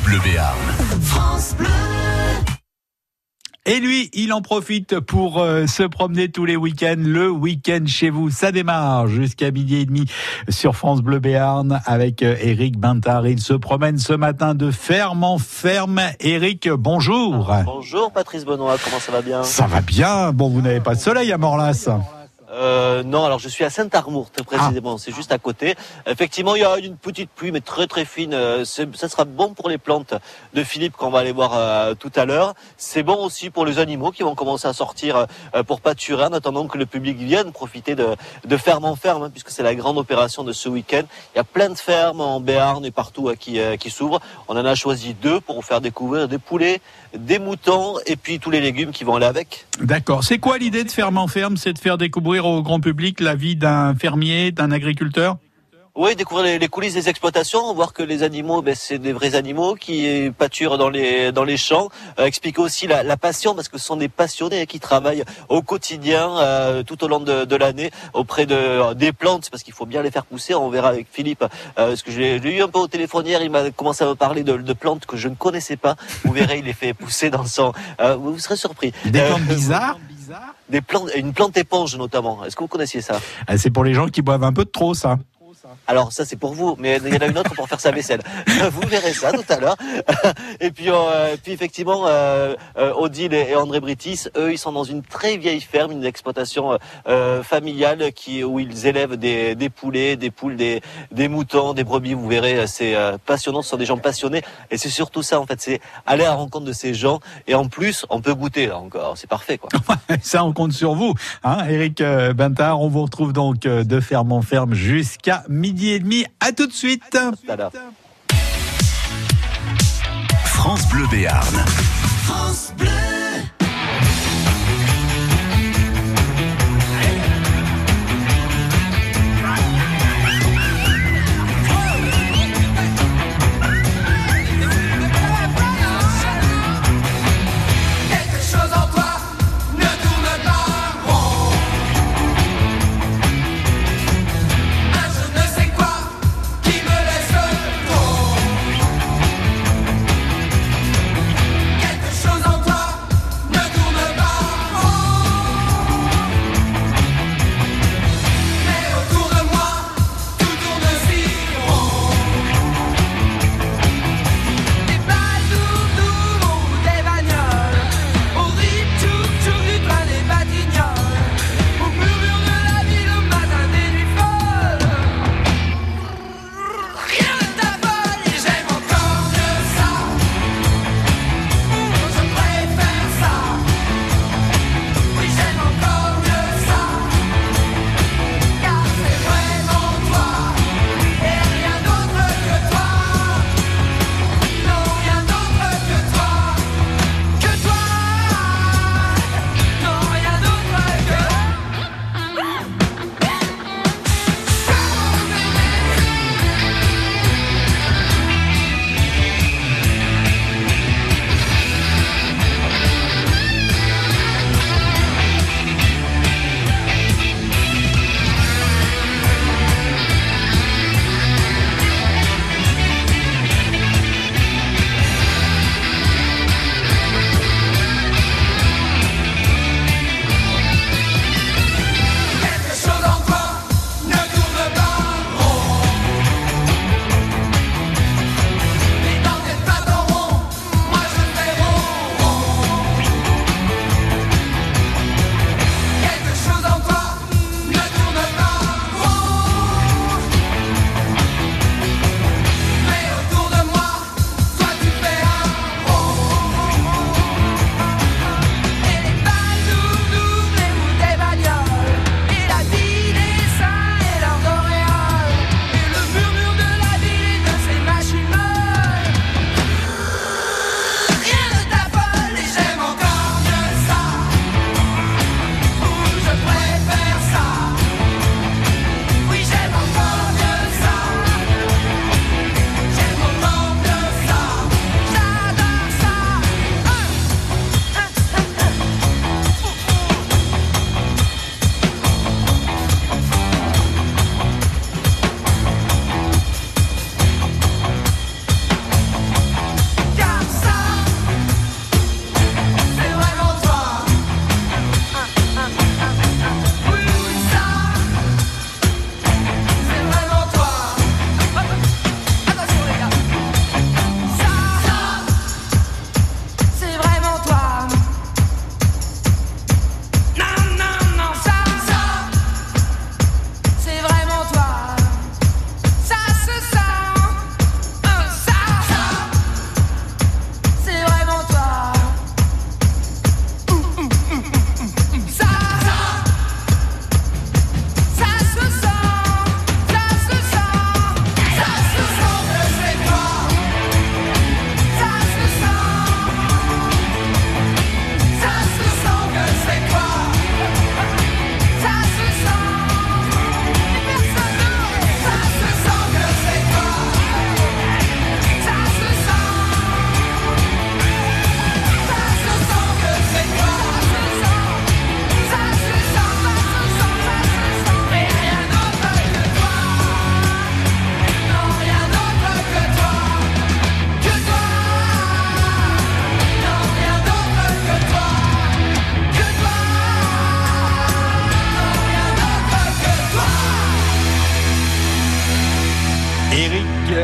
Bleu Béarn. France Bleu. Et lui, il en profite pour se promener tous les week-ends. Le week-end chez vous, ça démarre jusqu'à 12h30 sur France Bleu Béarn avec Eric Bintard. Il se promène ce matin de ferme en ferme. Eric, bonjour. Bonjour Patrice Benoît, comment ça va bien ? Ça va bien. Bon, vous n'avez pas de soleil à Morlas ? Non, alors je suis à Sainte-Armourte précisément, c'est juste à côté. Effectivement, il y a une petite pluie, mais très très fine. Ça sera bon pour les plantes de Philippe qu'on va aller voir tout à l'heure. C'est bon aussi pour les animaux qui vont commencer à sortir pour pâturer en attendant que le public vienne profiter de ferme en ferme, hein, puisque c'est la grande opération de ce week-end. Il y a plein de fermes en Béarn et partout qui s'ouvrent. On en a choisi 2 pour vous faire découvrir des poulets, des moutons et puis tous les légumes qui vont aller avec. D'accord. C'est quoi l'idée de ferme en ferme ? C'est de faire découvrir au grand public la vie d'un fermier, d'un agriculteur ? Oui, découvrir les coulisses des exploitations, voir que les animaux, c'est des vrais animaux qui pâturent dans les champs. Expliquer aussi la passion, parce que ce sont des passionnés qui travaillent au quotidien, tout au long de l'année, auprès des plantes, parce qu'il faut bien les faire pousser. On verra avec Philippe, parce que j'ai eu un peu au téléphone hier, il m'a commencé à me parler de plantes que je ne connaissais pas. Vous verrez, il les fait pousser dans son... vous serez surpris. Des plantes bizarres ? Des plantes, une plante éponge notamment. Est-ce que vous connaissiez ça ? C'est pour les gens qui boivent un peu de trop, ça. Alors ça c'est pour vous, mais il y en a une autre pour faire sa vaisselle. Vous verrez ça tout à l'heure. Et puis effectivement, Odile et André Britis, eux, ils sont dans une très vieille ferme, une exploitation familiale où ils élèvent des poulets, des poules, des moutons, des brebis. Vous verrez, c'est passionnant. Ce sont des gens passionnés, et c'est surtout ça en fait, c'est aller à la rencontre de ces gens. Et en plus, on peut goûter là encore. C'est parfait quoi. Ça, on compte sur vous, hein, Eric Bintard. On vous retrouve donc de ferme en ferme jusqu'à 12h30. À tout de suite. France Bleu Béarn. France Bleu. Quelque chose en toi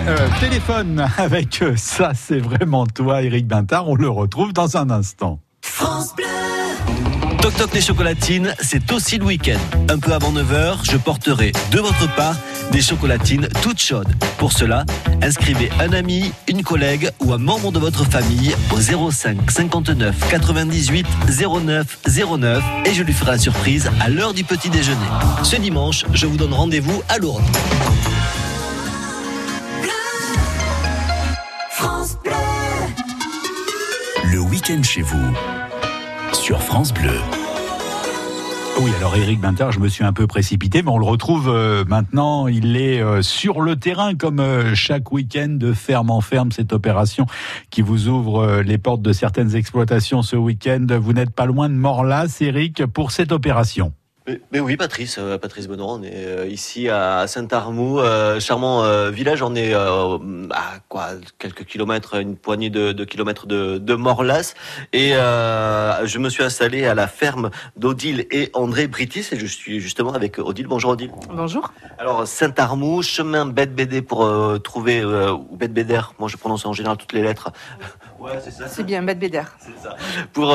téléphone avec Ça c'est vraiment toi, Éric Bintard. On le retrouve dans un instant. France Bleu. Toc Toc les chocolatines, c'est aussi le week-end. Un peu avant 9h, je porterai de votre part des chocolatines toutes chaudes. Pour cela, inscrivez un ami, une collègue ou un membre de votre famille au 05 59 98 09 09 et je lui ferai la surprise à l'heure du petit déjeuner. Ce dimanche, je vous donne rendez-vous à Lourdes. France Bleu. Le week-end chez vous sur France Bleu. Oui, alors Éric Bintard, je me suis un peu précipité, mais on le retrouve maintenant. Il est sur le terrain comme chaque week-end de ferme en ferme, cette opération qui vous ouvre les portes de certaines exploitations ce week-end. Vous n'êtes pas loin de Morlas, Éric, pour cette opération. Mais oui, Patrice Benoît, on est ici à Saint-Armoux, charmant village. On est à quelques kilomètres, une poignée de kilomètres de Morlas. Et je me suis installé à la ferme d'Odile et André Britis et je suis justement avec Odile. Bonjour Odile. Bonjour. Alors Saint-Armoux, chemin Bête-Bédé pour trouver, ou Bête-Bédé, moi je prononce en général toutes les lettres. Ouais, c'est ça. C'est bien, Bête-Bédé. C'est ça. Pour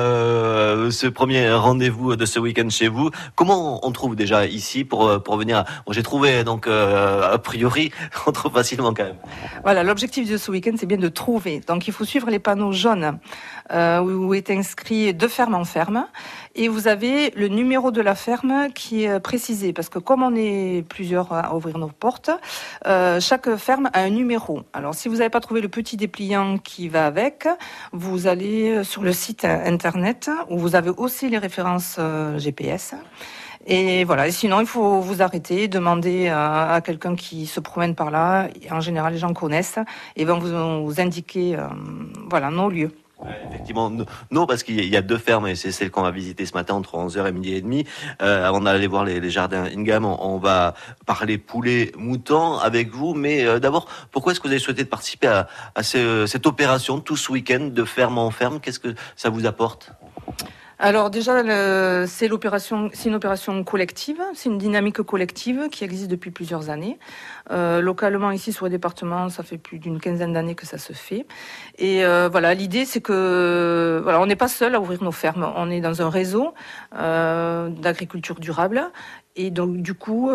ce premier rendez-vous de ce week-end chez vous, comment on trouve déjà ici pour venir? Bon, j'ai trouvé donc a priori on trouve facilement quand même. Voilà, l'objectif de ce week-end, c'est bien de trouver. Donc il faut suivre les panneaux jaunes où est inscrit de ferme en ferme. Et vous avez le numéro de la ferme qui est précisé, parce que comme on est plusieurs à ouvrir nos portes, chaque ferme a un numéro. Alors si vous n'avez pas trouvé le petit dépliant qui va avec, vous allez sur le site internet où vous avez aussi les références GPS. Et voilà. Et sinon, il faut vous arrêter, demander à quelqu'un qui se promène par là. Et en général, les gens connaissent et vont vous indiquer, nos lieux. Ouais, effectivement, non, parce qu'il y a deux fermes et c'est celle qu'on va visiter ce matin entre 11h et midi et demi. Avant d'aller voir les jardins Ingam, on va parler poulet, mouton avec vous. Mais d'abord, pourquoi est-ce que vous avez souhaité participer à cette opération tout ce week-end de ferme en ferme? Qu'est-ce que ça vous apporte? Alors déjà, c'est une opération collective, c'est une dynamique collective qui existe depuis plusieurs années. Localement, ici sur le département, ça fait plus d'une quinzaine d'années que ça se fait. Et l'idée c'est que on n'est pas seul à ouvrir nos fermes, on est dans un réseau d'agriculture durable. Et donc du coup,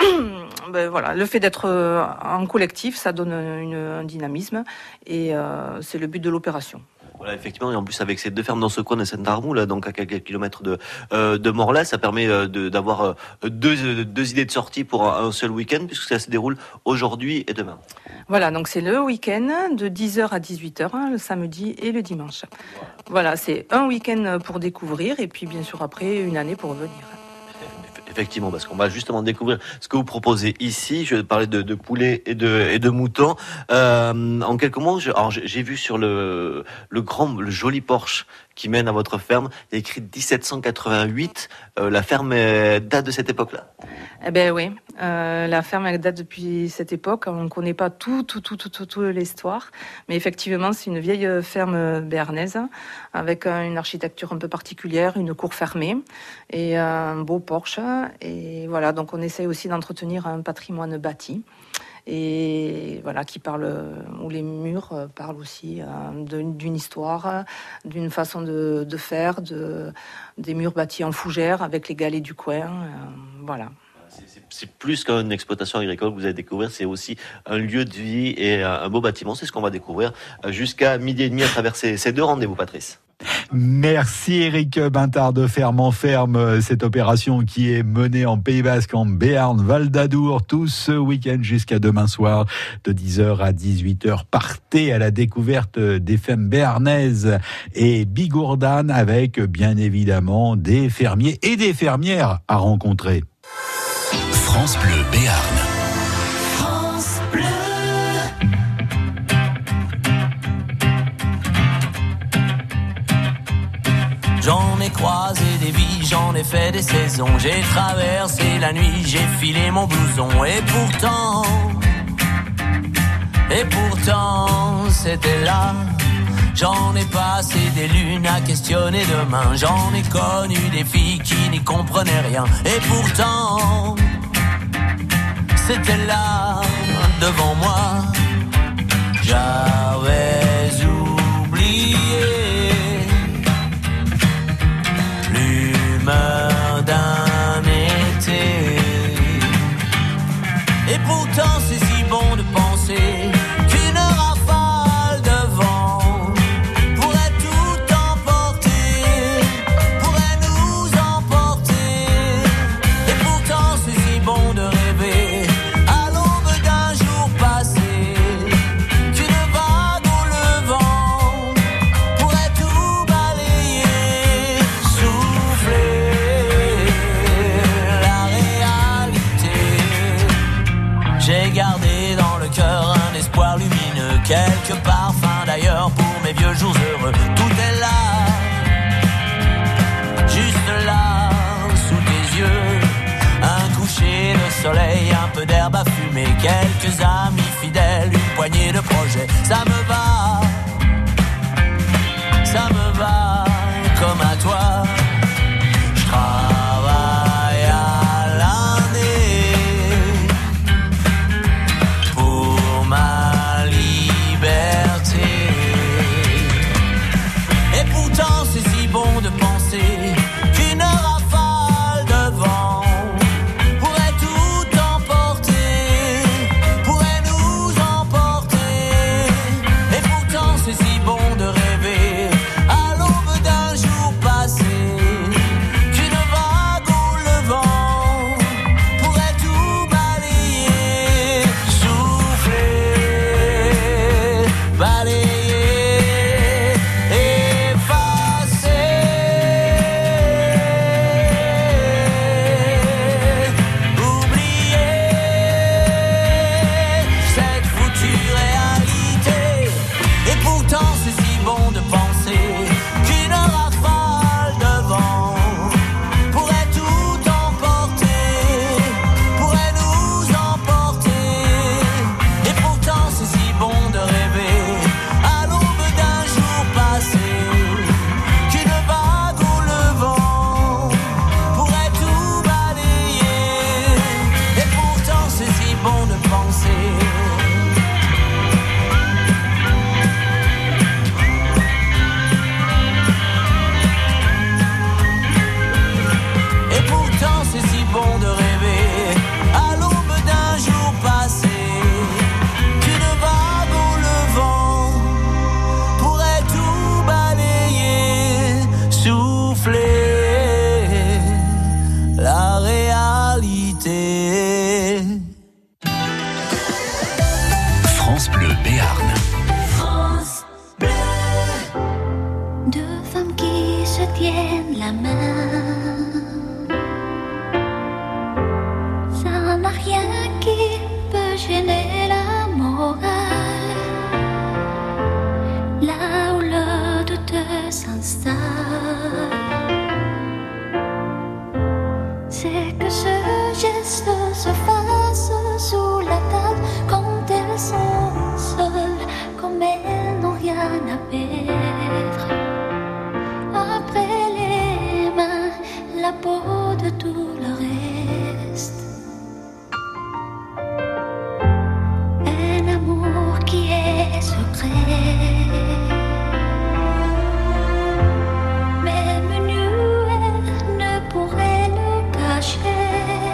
le fait d'être en collectif, ça donne un dynamisme et c'est le but de l'opération. Voilà, effectivement, et en plus avec ces deux fermes dans ce coin de Saint-Armoux, là, donc à quelques kilomètres de Morlas, ça permet d'avoir deux idées de sortie pour un seul week-end, puisque ça se déroule aujourd'hui et demain. Voilà, donc c'est le week-end de 10h à 18h, le samedi et le dimanche. Voilà, c'est un week-end pour découvrir et puis bien sûr après une année pour revenir. Effectivement, parce qu'on va justement découvrir ce que vous proposez ici. Je vais parler de poulet et de mouton. En quelques mots, j'ai vu sur le joli porche qui mène à votre ferme, il y a écrit 1788. La ferme date de cette époque-là? Eh ben oui, la ferme elle date depuis cette époque. On ne connaît pas toute l'histoire, mais effectivement c'est une vieille ferme béarnaise avec une architecture un peu particulière, une cour fermée et un beau porche. Et voilà, donc on essaye aussi d'entretenir un patrimoine bâti. Et voilà, où les murs parlent aussi d'une histoire, d'une façon de faire, des murs bâtis en fougère avec les galets du coin, voilà. C'est plus qu'une exploitation agricole que vous allez découvrir, c'est aussi un lieu de vie et un beau bâtiment. C'est ce qu'on va découvrir jusqu'à midi et demi à travers ces deux rendez-vous, Patrice. Merci Éric Bintard de Ferme en Ferme, cette opération qui est menée en Pays Basque, en Béarn, Val d'Adour, tout ce week-end jusqu'à demain soir de 10h à 18h. Partez à la découverte des fermes béarnaises et bigourdanes avec bien évidemment des fermiers et des fermières à rencontrer. France Bleu Béarn. France Bleu. J'en ai croisé des vies, j'en ai fait des saisons. J'ai traversé la nuit, j'ai filé mon blouson. Et pourtant, c'était là. J'en ai passé des lunes à questionner demain. J'en ai connu des filles qui n'y comprenaient rien. Et pourtant, c'était là, devant moi. j'avais oublié l'humeur d'un été. Et pourtant c'est si bon de penser qu'une rafale de vent pourrait tout emporter, pourrait nous emporter. Et pourtant c'est si bon de rêver à l'aube d'un jour passé qu'une vague au levant pourrait tout balayer, souffler la réalité. J'ai gardé dans le cœur un espoir lumineux, quelques parfums d'ailleurs pour mes vieux jours heureux. Tout est là, juste là, sous tes yeux. Un coucher de soleil, un peu d'herbe à fumer, quelques amis fidèles, une poignée de projets. Ça me va comme à toi. Je travaille à l'année pour ma liberté. Et pourtant c'est si bon de penser qu'une rafale de vent pourrait tout emporter, pourrait nous emporter. Et pourtant c'est si bon de rêver à l'aube d'un jour passé qu'une vague au levant pourrait tout balayer, souffler, balayer, effacer, oublier cette foutue réalité. Et pourtant c'est si bon de penser qu'une rafale de vent pourrait tout emporter, pourrait nous emporter. Et pourtant c'est si bon de rêver à l'aube d'un jour passé qu'une vague au levant pourrait tout balayer. Et pourtant c'est si bon de penser. Et pourtant c'est si bon de rêver à l'aube d'un jour passé qu'une vague au levant pourrait tout balayer, souffler la réalité. France Bleu Béarn. France Bleu. Deux femmes qui se tiennent la main, ça n'a rien qui peut gêner la morale. Là où le doute s'installe, c'est que ce geste se fasse sous la table quand elles sont seules, comme elles n'ont rien à perdre. Après les mains, la peau de tout le reste. Un amour qui est secret, même nuée ne pourrait le cacher.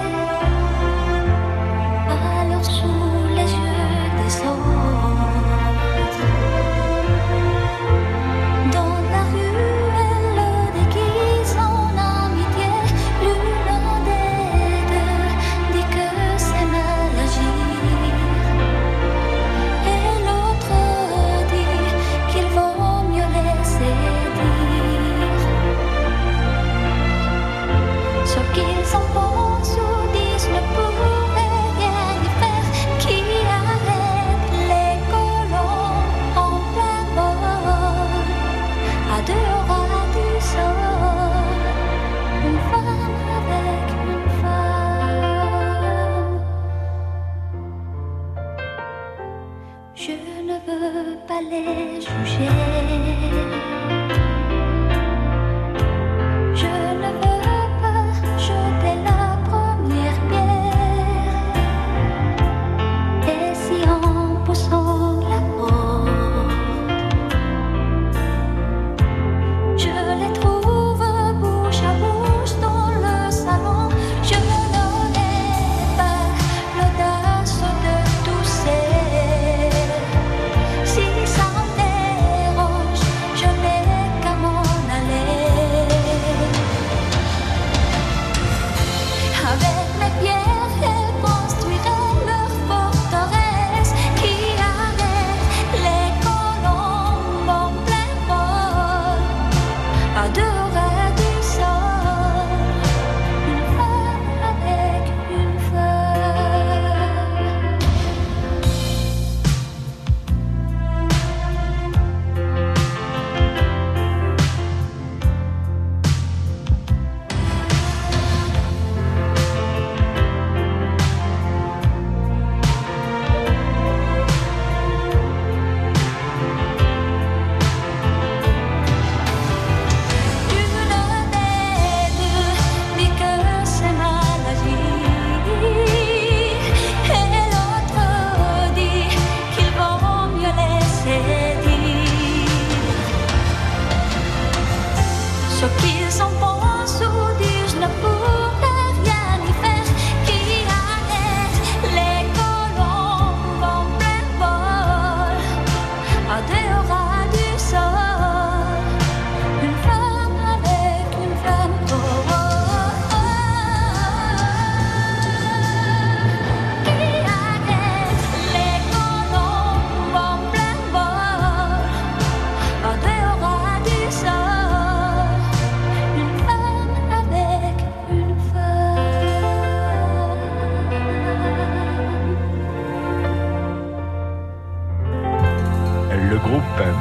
Alors sous les yeux des autres, dans la rue elle le déguise en amitié. L'une des deux dit que c'est mal agir, et l'autre dit qu'il vaut mieux laisser dire ce qu'ils en pensent ou disent ne pourrait rien y faire. Qui arrête les colons en plein vol, à deux ras du sol, une femme avec une femme. Je ne veux pas les juger, je ne veux pas jeter la première pierre. Et si en poussant la porte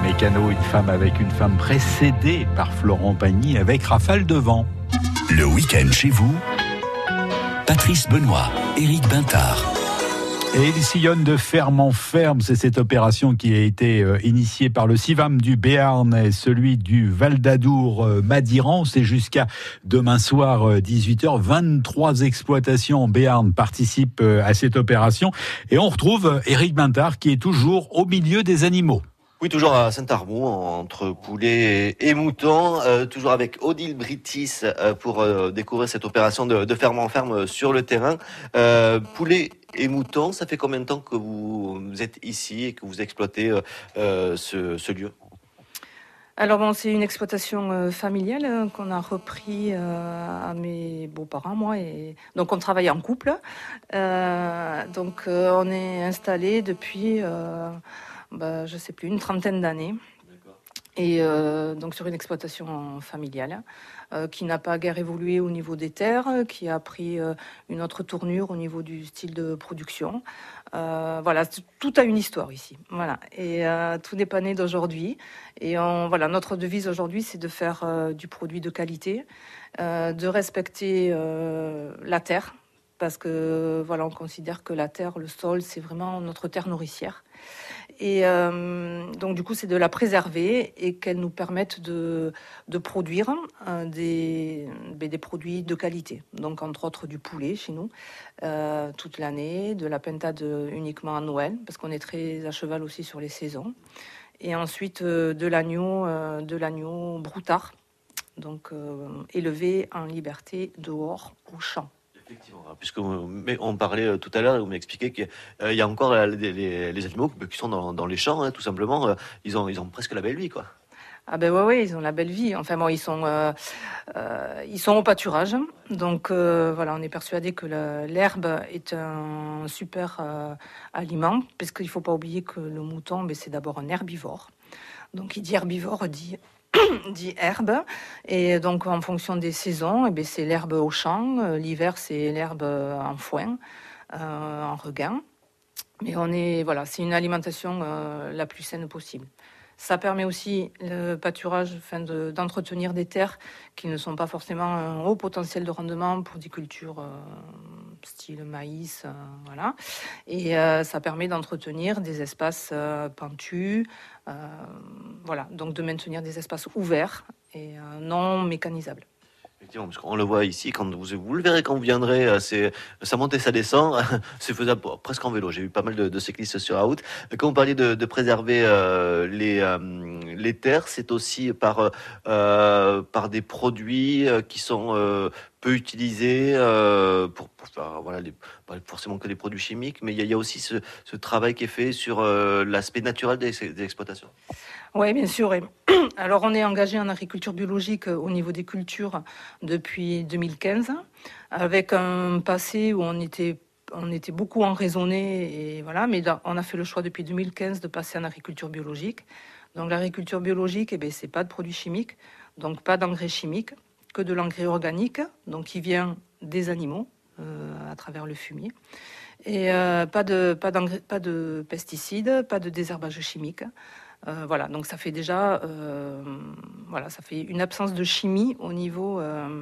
Mécano, une femme avec une femme précédée par Florent Pagny avec Rafale Devant. Le week-end chez vous, Patrice Benoît, Éric Bintard. Et il sillonne de ferme en ferme. C'est cette opération qui a été initiée par le CIVAM du Béarn et celui du Val d'Adour Madiran. C'est jusqu'à demain soir 18h. 23 exploitations en Béarn participent à cette opération. Et on retrouve Éric Bintard qui est toujours au milieu des animaux. Oui, toujours à Saint-Armou, entre poulets et moutons, toujours avec Odile Britis pour découvrir cette opération de ferme en ferme sur le terrain. Poulets et moutons, ça fait combien de temps que vous êtes ici et que vous exploitez ce lieu ? Alors bon, c'est une exploitation familiale qu'on a repris à mes beaux-parents, moi, et donc on travaille en couple. Donc on est installé depuis... je sais plus, une trentaine d'années. Et donc sur une exploitation familiale qui n'a pas guère évolué au niveau des terres, qui a pris une autre tournure au niveau du style de production. Voilà, tout a une histoire ici. Voilà, et tout n'est pas né d'aujourd'hui. Et voilà, notre devise aujourd'hui, c'est de faire du produit de qualité, de respecter la terre, parce que voilà, on considère que la terre, le sol, c'est vraiment notre terre nourricière. Et donc du coup, c'est de la préserver et qu'elle nous permette de produire des produits de qualité. Donc entre autres du poulet chez nous toute l'année, de la pintade uniquement à Noël, parce qu'on est très à cheval aussi sur les saisons. Et ensuite de l'agneau broutard, donc élevé en liberté dehors au champ. Effectivement, puisqu'on parlait tout à l'heure, vous m'expliquez qu'il y a encore les animaux qui sont dans les champs, tout simplement, ils ont presque la belle vie, quoi. Ah ben ouais, ils ont la belle vie. Enfin bon, ils sont au pâturage, donc voilà, on est persuadé que l'herbe est un super aliment, parce qu'il faut pas oublier que le mouton, c'est d'abord un herbivore. Donc il dit herbivore dit herbe, et donc en fonction des saisons, c'est l'herbe au champ, l'hiver c'est l'herbe en foin, en regain, mais c'est une alimentation la plus saine possible. Ça permet aussi le pâturage, d'entretenir des terres qui ne sont pas forcément un haut potentiel de rendement pour des cultures style maïs, voilà. Et ça permet d'entretenir des espaces pentus, voilà, donc de maintenir des espaces ouverts et non mécanisables. Effectivement, parce qu'on le voit ici, quand vous le verrez quand vous viendrez, ça monte et ça descend, c'est faisable presque en vélo. J'ai eu pas mal de cyclistes sur la route. Quand vous parliez de préserver les terres, c'est aussi par des produits qui sont peu utilisés pour faire, voilà, pas forcément que des produits chimiques, mais il y a aussi ce travail qui est fait sur l'aspect naturel des exploitations. Oui, bien sûr. Alors, on est engagé en agriculture biologique au niveau des cultures depuis 2015, avec un passé où on était beaucoup en raisonné, et voilà, mais on a fait le choix depuis 2015 de passer en agriculture biologique. Donc, l'agriculture biologique, c'est pas de produits chimiques, donc pas d'engrais chimiques, que de l'engrais organique, donc qui vient des animaux à travers le fumier, et pas de pesticides, pas de désherbage chimique. Voilà, donc ça fait déjà ça fait une absence de chimie au niveau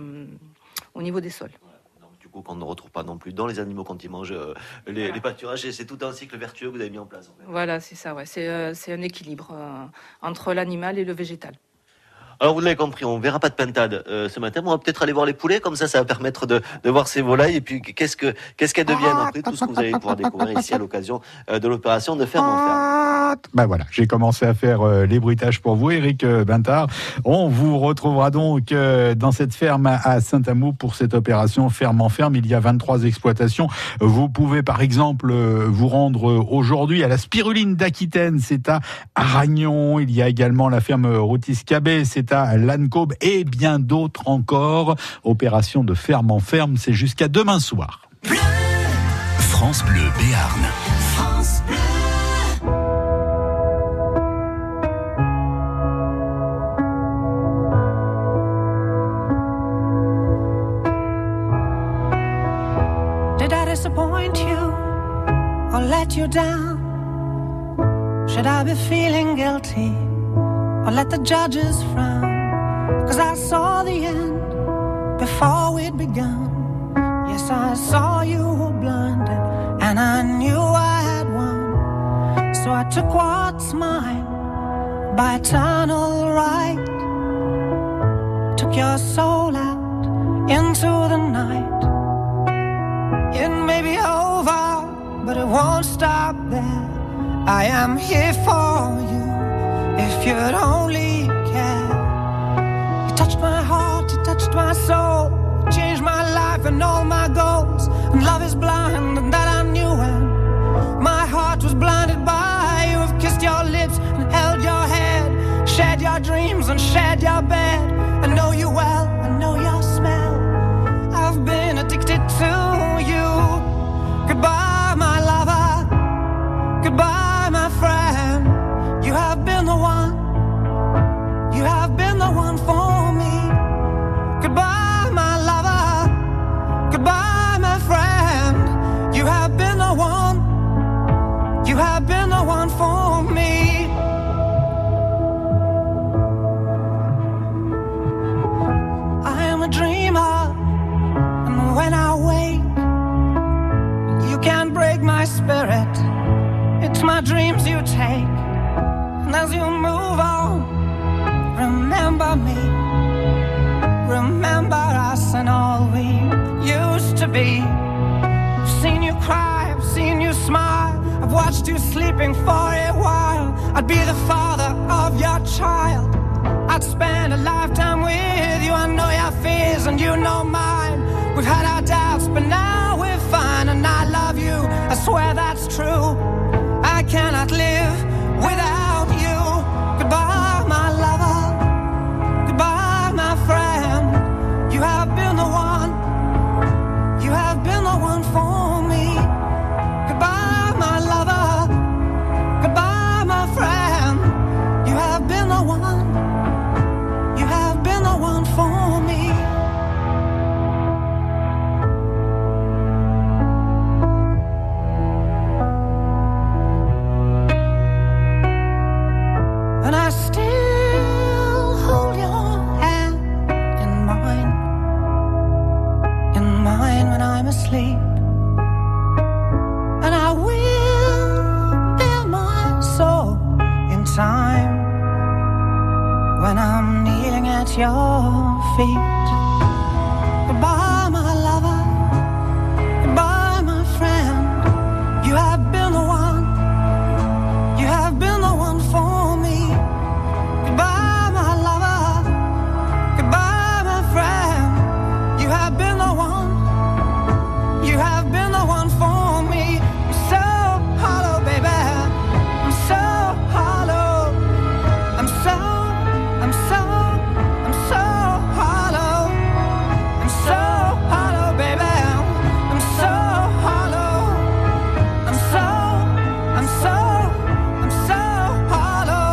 des sols. Donc, du coup, qu'on ne retrouve pas non plus dans les animaux quand ils mangent les pâturages, et c'est tout un cycle vertueux que vous avez mis en place. En fait. Voilà, c'est ça, ouais. C'est un équilibre entre l'animal et le végétal. Alors vous l'avez compris, on verra pas de pintade ce matin, mais on va peut-être aller voir les poulets, comme ça va permettre de voir ces volailles, et puis qu'est-ce qu'elles deviennent après, tout ce que vous allez pouvoir découvrir ici à l'occasion de l'opération de ferme en ferme. Ben voilà, j'ai commencé à faire les bruitages pour vous, Éric Bintard. On vous retrouvera donc dans cette ferme à Saint-Amand pour cette opération ferme en ferme. Il y a 23 exploitations. Vous pouvez par exemple vous rendre aujourd'hui à la Spiruline d'Aquitaine, c'est à Aragnon. Il y a également la ferme Routis-Cabet, c'est à Lannecaube, et bien d'autres encore. Opération de ferme en ferme, c'est jusqu'à demain soir. Bleu. France Bleu Béarn. France Bleu. Did I disappoint you or let you down? Should I be feeling guilty or let the judges frown. 'Cause I saw the end before we'd begun. Yes, I saw you were blinded, and I knew I had won. So I took what's mine by eternal right. Took your soul out into the night. It may be over, but it won't stop there. I am here for you, if you'd only care. You touched my heart, you touched my soul, you changed my life and all my goals. And love is blind, and that I knew when my heart was blinded by you. Have kissed your lips and held your head, shared your dreams and shared your bed. I know you well, I know your smell. I've been addicted to you. Goodbye, my lover. Goodbye, my friend. You have been the one. You have been the one for me. Goodbye, my lover. Goodbye, my friend. You have been the one. You have been the one for me. I am a dreamer, and when I wake, you can't break my spirit. It's my dreams you take, and as you move on, remember me. Remember us and all we used to be. I've seen you cry, I've seen you smile, I've watched you sleeping for a while. I'd be the father of your child. I'd spend a lifetime with you. I know your fears and you know mine. We've had our doubts, but now we're fine. And I love you, I swear that's true. I cannot live without you. Goodbye, my lover. Goodbye, my friend. You have been the one. You have been the one for me. Goodbye, my lover. Goodbye, my friend. You have been the one. You have been the one for me. And I still hold your hand in mine when I'm asleep. And I will bear my soul in time when I'm kneeling at your feet. Goodbye, my lover. Goodbye, my friend. You have been the one. You have been the one for me. Goodbye, my lover. Goodbye, my friend. You have been the one. You have been the one for me. I'm so hollow, baby. I'm so hollow. I'm so hollow. I'm so hollow, baby. I'm so hollow. I'm so hollow.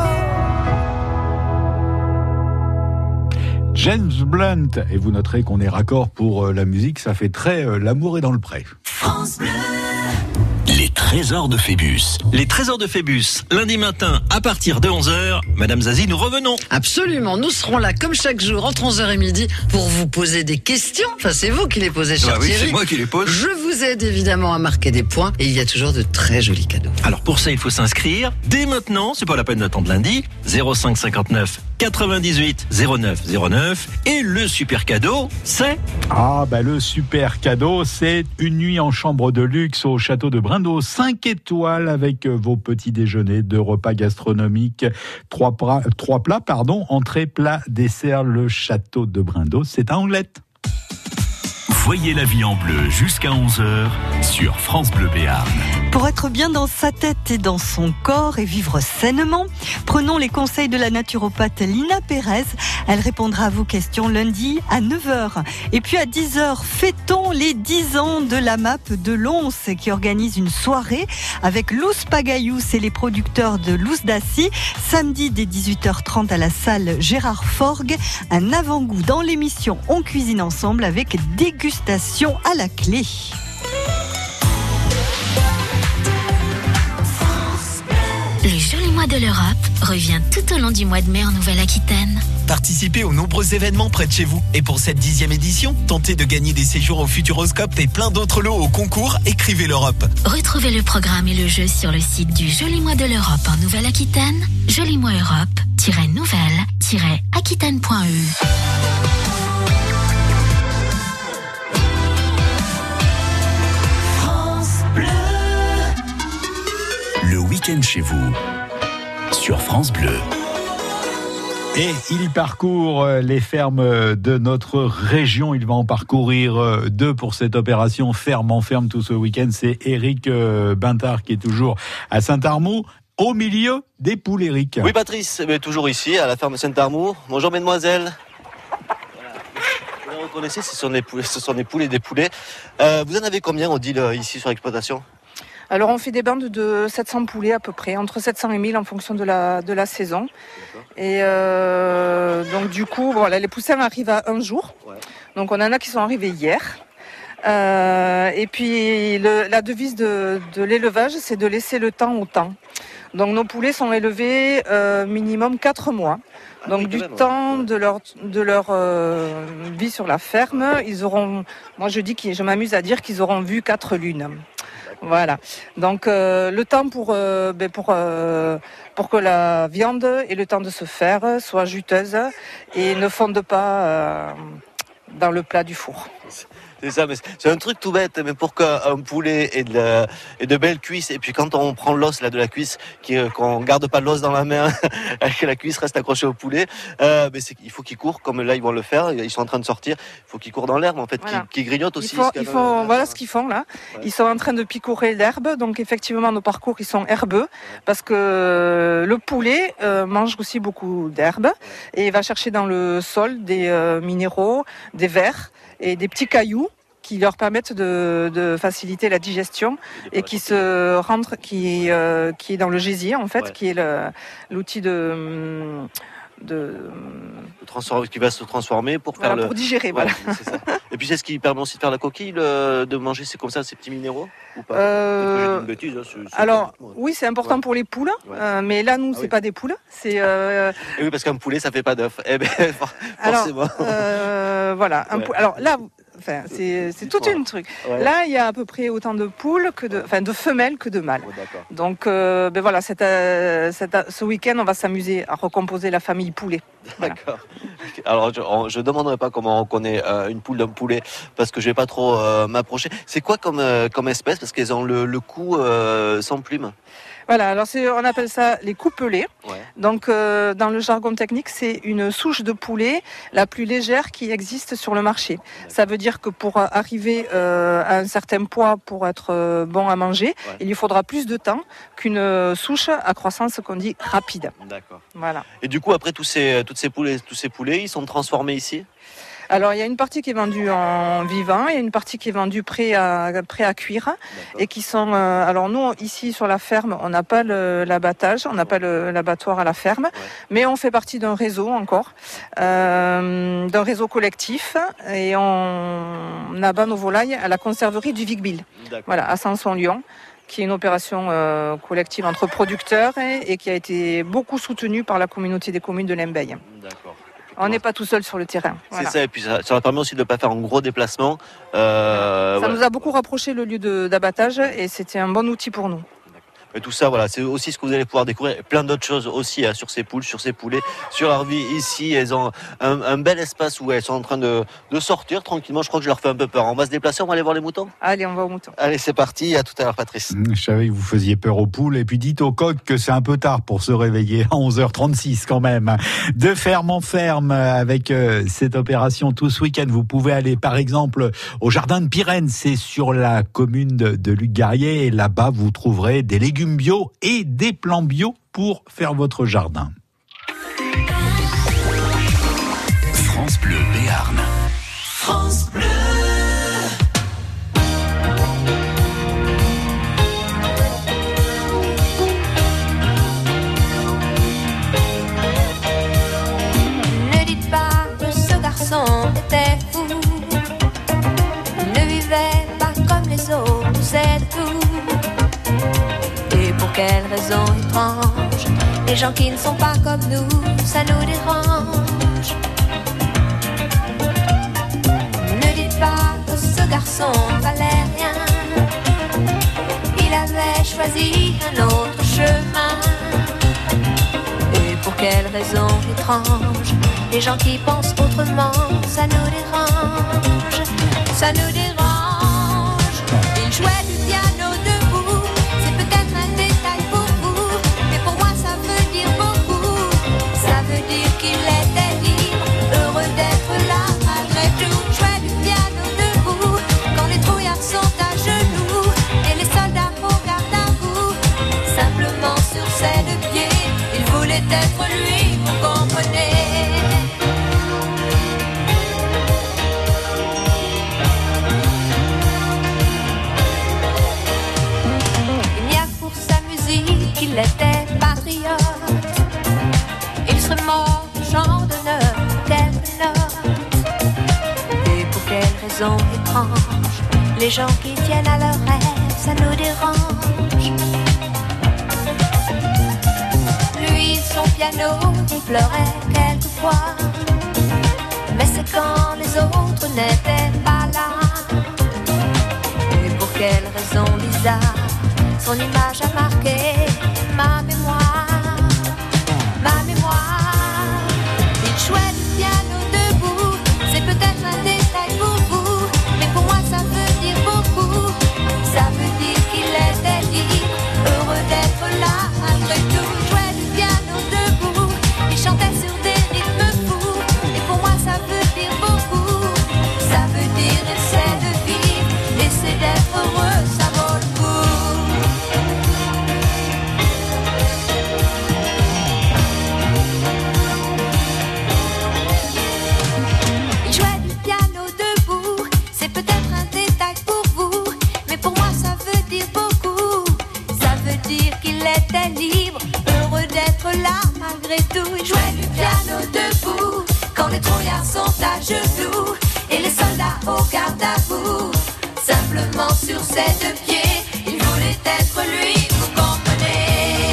James Blunt, et vous noterez qu'on est raccord pour la musique, ça fait très l'amour est dans le pré. France Bleu. Les trésors de Phébus. Les trésors de Phébus, lundi matin à partir de 11h. Madame Zazie, nous revenons. Absolument, nous serons là comme chaque jour entre 11h et midi pour vous poser des questions. Enfin, c'est vous qui les posez, cher Oui, Thierry. c'est moi qui les pose. Je vous aide évidemment à marquer des points et il y a toujours de très jolis cadeaux. Alors pour ça, il faut s'inscrire dès maintenant, c'est pas la peine d'attendre lundi. 05 59 98 09 09. Et le super cadeau, c'est... Ah bah le super cadeau, c'est une nuit en chambre de luxe au château de Brindeau, 5 étoiles avec vos petits déjeuners, 2 repas gastronomiques, 3 plats, entrée, plat, dessert. Le château de Brindeau, c'est à Anglette. Voyez la vie en bleu jusqu'à 11h sur France Bleu Béarn. Pour être bien dans sa tête et dans son corps et vivre sainement, prenons les conseils de la naturopathe Lina Pérez. Elle répondra à vos questions lundi à 9h. Et puis à 10h, fêtons les 10 ans de la MAP de Lons qui organise une soirée avec Luz Pagayous et les producteurs de Luz d'Assis. Samedi dès 18h30 à la salle Gérard Forgue. Un avant-goût dans l'émission On cuisine ensemble avec dégustation à la clé. Le joli mois mois de l'Europe revient tout au long du mois de mai en Nouvelle-Aquitaine. Participez aux nombreux événements près de chez vous. Et pour cette 10e édition, tentez de gagner des séjours au Futuroscope et plein d'autres lots au concours Écrivez l'Europe. Retrouvez le programme et le jeu sur le site du Joli Mois de l'Europe en Nouvelle-Aquitaine, jolimoiseurope-nouvelle-aquitaine.eu. Le week-end chez vous, sur France Bleu. Et il parcourt les fermes de notre région. Il va en parcourir deux pour cette opération ferme en ferme tout ce week-end. C'est Éric Bintard qui est toujours à Saint-Armour, au milieu des poules, Éric. Oui, Patrice, mais toujours ici, à la ferme Saint-Armour. Bonjour, mesdemoiselles. Vous les reconnaissez, ce sont des poules et des poulets. Vous en avez combien, Odile, ici sur l'exploitation ? Alors on fait des bandes de 700 poulets à peu près, entre 700 et 1000 en fonction de la saison. Et donc du coup, voilà, les poussins arrivent à un jour. Ouais. Donc on en a qui sont arrivés hier. Et puis la devise de l'élevage, c'est de laisser le temps au temps. Donc nos poulets sont élevés minimum 4 mois. Donc du temps de leur vie sur la ferme, ils auront, moi je m'amuse à dire qu'ils auront vu 4 lunes. Voilà. Donc le temps pour que la viande ait le temps de se faire, soit juteuse et ne fonde pas dans le plat du four. C'est ça, mais c'est un truc tout bête, mais pour qu'un poulet ait de belles cuisses, et puis quand on prend l'os là de la cuisse, qu'on garde pas l'os dans la main, que la cuisse reste accrochée au poulet, mais il faut qu'ils courent, comme là ils vont le faire, ils sont en train de sortir, il faut qu'ils courent dans l'herbe en fait, voilà. qu'ils grignotent aussi. Voilà ce qu'ils font là, ouais. Ils sont en train de picorer l'herbe, donc effectivement nos parcours ils sont herbeux, parce que le poulet mange aussi beaucoup d'herbe, et il va chercher dans le sol des minéraux, des vers et des petits cailloux qui leur permettent de faciliter la digestion et qui est dans le gésier en fait, ouais. Qui est l'outil qui va se transformer pour faire pour digérer, voilà. C'est ça. Et puis c'est ce qui permet aussi de faire la coquille, de manger c'est comme ça ces petits minéraux ou pas? Peut-être que j'ai dit une bêtise, alors oui, c'est important pour les poules, ouais. Mais là nous c'est pas des poules, c'est. Et oui, parce qu'un poulet ça fait pas d'œuf. Eh ben forcément. Alors voilà, alors là. Enfin, c'est tout un truc. Ouais. Là, il y a à peu près autant de poules de femelles que de mâles. Oh, donc, voilà, ce week-end, on va s'amuser à recomposer la famille poulet. Voilà. D'accord. Alors, je demanderai pas comment on reconnaît une poule d'un poulet parce que je vais pas trop m'approcher. C'est quoi comme espèce parce qu'elles ont le cou sans plumes. Voilà, alors on appelle ça les coupelets. Ouais. Donc dans le jargon technique, c'est une souche de poulet la plus légère qui existe sur le marché. Ouais. Ça veut dire que pour arriver à un certain poids pour être bon à manger, ouais. Il lui faudra plus de temps qu'une souche à croissance qu'on dit rapide. D'accord. Voilà. Et du coup, après tous ces poulets, ils sont transformés ici ? Alors il y a une partie qui est vendue en vivant, il y a une partie qui est vendue prêt à cuire. D'accord. Et qui sont alors nous ici sur la ferme on n'a pas l'abattage, on n'a pas l'abattoir à la ferme, ouais. Mais on fait partie d'un réseau encore, d'un réseau collectif et on abat nos volailles à la conserverie du Vic-Bilh, voilà, à Sanson-Lyon, qui est une opération collective entre producteurs et qui a été beaucoup soutenue par la communauté des communes de Limbeil. D'accord. On n'est pas tout seul sur le terrain. Voilà. C'est ça, et puis ça permet aussi de ne pas faire un gros déplacement. Ça nous a beaucoup rapproché le lieu d'abattage et c'était un bon outil pour nous. Et tout ça, voilà, c'est aussi ce que vous allez pouvoir découvrir. Plein d'autres choses aussi sur ces poules, sur ces poulets, sur leur vie ici. Elles ont un bel espace où elles sont en train de sortir tranquillement. Je crois que je leur fais un peu peur. On va se déplacer, on va aller voir les moutons ? Allez, on va aux moutons. Allez, c'est parti. À tout à l'heure, Patrice. Je savais que vous faisiez peur aux poules. Et puis dites aux coqs que c'est un peu tard pour se réveiller à 11h36 quand même. De ferme en ferme avec cette opération tout ce week-end. Vous pouvez aller par exemple au jardin de Pyrène. C'est sur la commune de Luc-Garrier. Et là-bas, vous trouverez des légumes bio et des plants bio pour faire votre jardin. France Bleu Béarn. France Bleu. Ne dites pas que ce garçon était fou. Il ne vivait pas comme les autres, c'est tout. Pour quelle raison étrange Les gens qui ne sont pas comme nous, ça nous dérange. Ne dites pas que ce garçon valait rien. Il avait choisi un autre chemin. Et pour quelle raison étrange, les gens qui pensent autrement, ça nous dérange. Ça nous dérange. Il jouait du piano debout. C'est peut-être un détail pour vous, mais pour moi ça veut dire beaucoup. Ça veut dire qu'il était libre, heureux d'être là malgré tout. Jouait du piano debout quand les trouillards sont à genoux et les soldats au garde à vous. Simplement sur ses deux pieds, il voulait être lui, vous comprenez. Il était patriote, il serait mort au champ d'honneur, quelques notes. Et pour quelle raison étrange, les gens qui tiennent à leurs rêves, ça nous dérange. Lui, son piano, il pleurait quelquefois, mais c'est quand les autres n'étaient pas là. Et pour quelle raison bizarre, son image a marqué ma mémoire, ma mémoire. Il jouait du piano debout, c'est peut-être un détail pour vous, mais pour moi ça veut dire beaucoup. Ça veut dire qu'il était libre, heureux d'être là malgré tout. Il jouait du piano debout, il chantait sur des rythmes fous, et pour moi ça veut dire beaucoup. Ça veut dire essaie de vivre, essaie d'être heureux, ça vaut le coup. Libre, heureux d'être là malgré tout. Il jouait du piano debout quand les trouillards sont à genoux et les soldats au garde à vous. Simplement sur ses deux pieds, il voulait être lui, vous comprenez.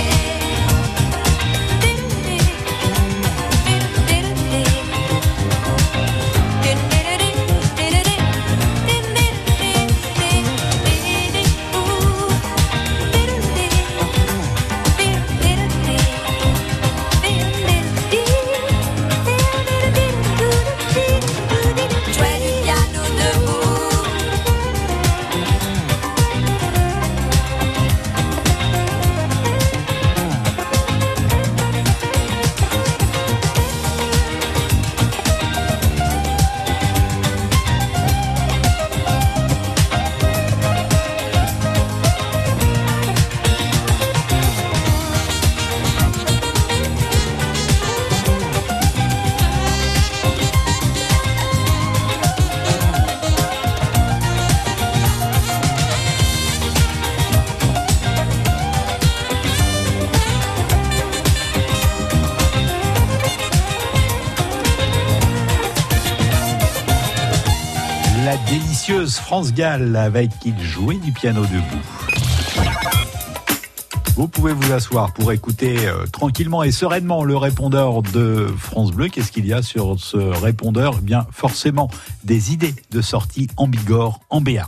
La délicieuse France Gall avec Il jouait du piano debout. Vous pouvez vous asseoir pour écouter tranquillement et sereinement le répondeur de France Bleu. Qu'est-ce qu'il y a sur ce répondeur ? Eh bien, forcément, des idées de sortie en Bigorre, en Béarn.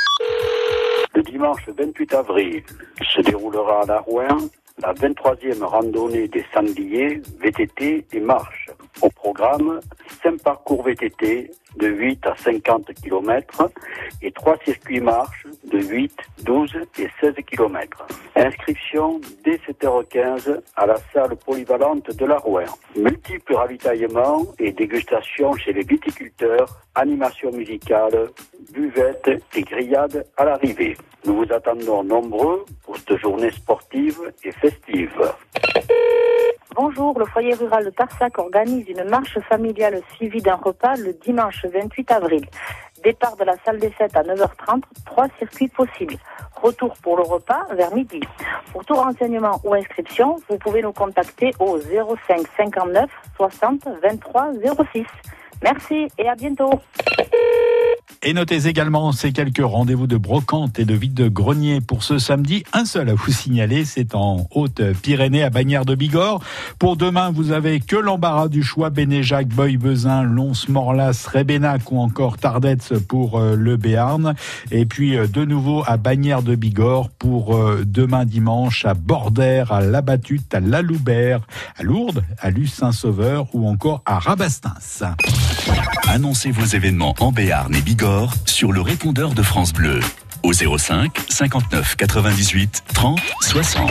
Le dimanche 28 avril se déroulera à La Rouen la 23e randonnée des sangliers, VTT et marche. Au programme, 5 parcours VTT de 8 à 50 km et 3 circuits marche de 8, 12 et 16 km. Inscription dès 7h15 à la salle polyvalente de La Rouen. Multiples ravitaillements et dégustations chez les viticulteurs, animation musicale, buvette et grillades à l'arrivée. Nous vous attendons nombreux pour cette journée sportive et festive. Bonjour, le foyer rural de Tarsac organise une marche familiale suivie d'un repas le dimanche 28 avril. Départ de la salle des fêtes à 9h30, 3 circuits possibles. Retour pour le repas vers midi. Pour tout renseignement ou inscription, vous pouvez nous contacter au 05 59 60 23 06. Merci et à bientôt. Et notez également ces quelques rendez-vous de brocante et de vide-grenier pour ce samedi. Un seul à vous signaler, c'est en Haute-Pyrénées à Bagnères de Bigorre. Pour demain, vous avez que l'embarras du choix, Bénéjac, Boy-Bezin, Lons, Morlas, Rébénac ou encore Tardets pour le Béarn. Et puis de nouveau à Bagnères de Bigorre pour demain dimanche à Bordère, à La Battute, à La Loubert, à Lourdes, à Luce-Saint-Sauveur ou encore à Rabastens. Annoncez vos événements en Béarn et Bigorre sur le répondeur de France Bleu au 05 59 98 30 60.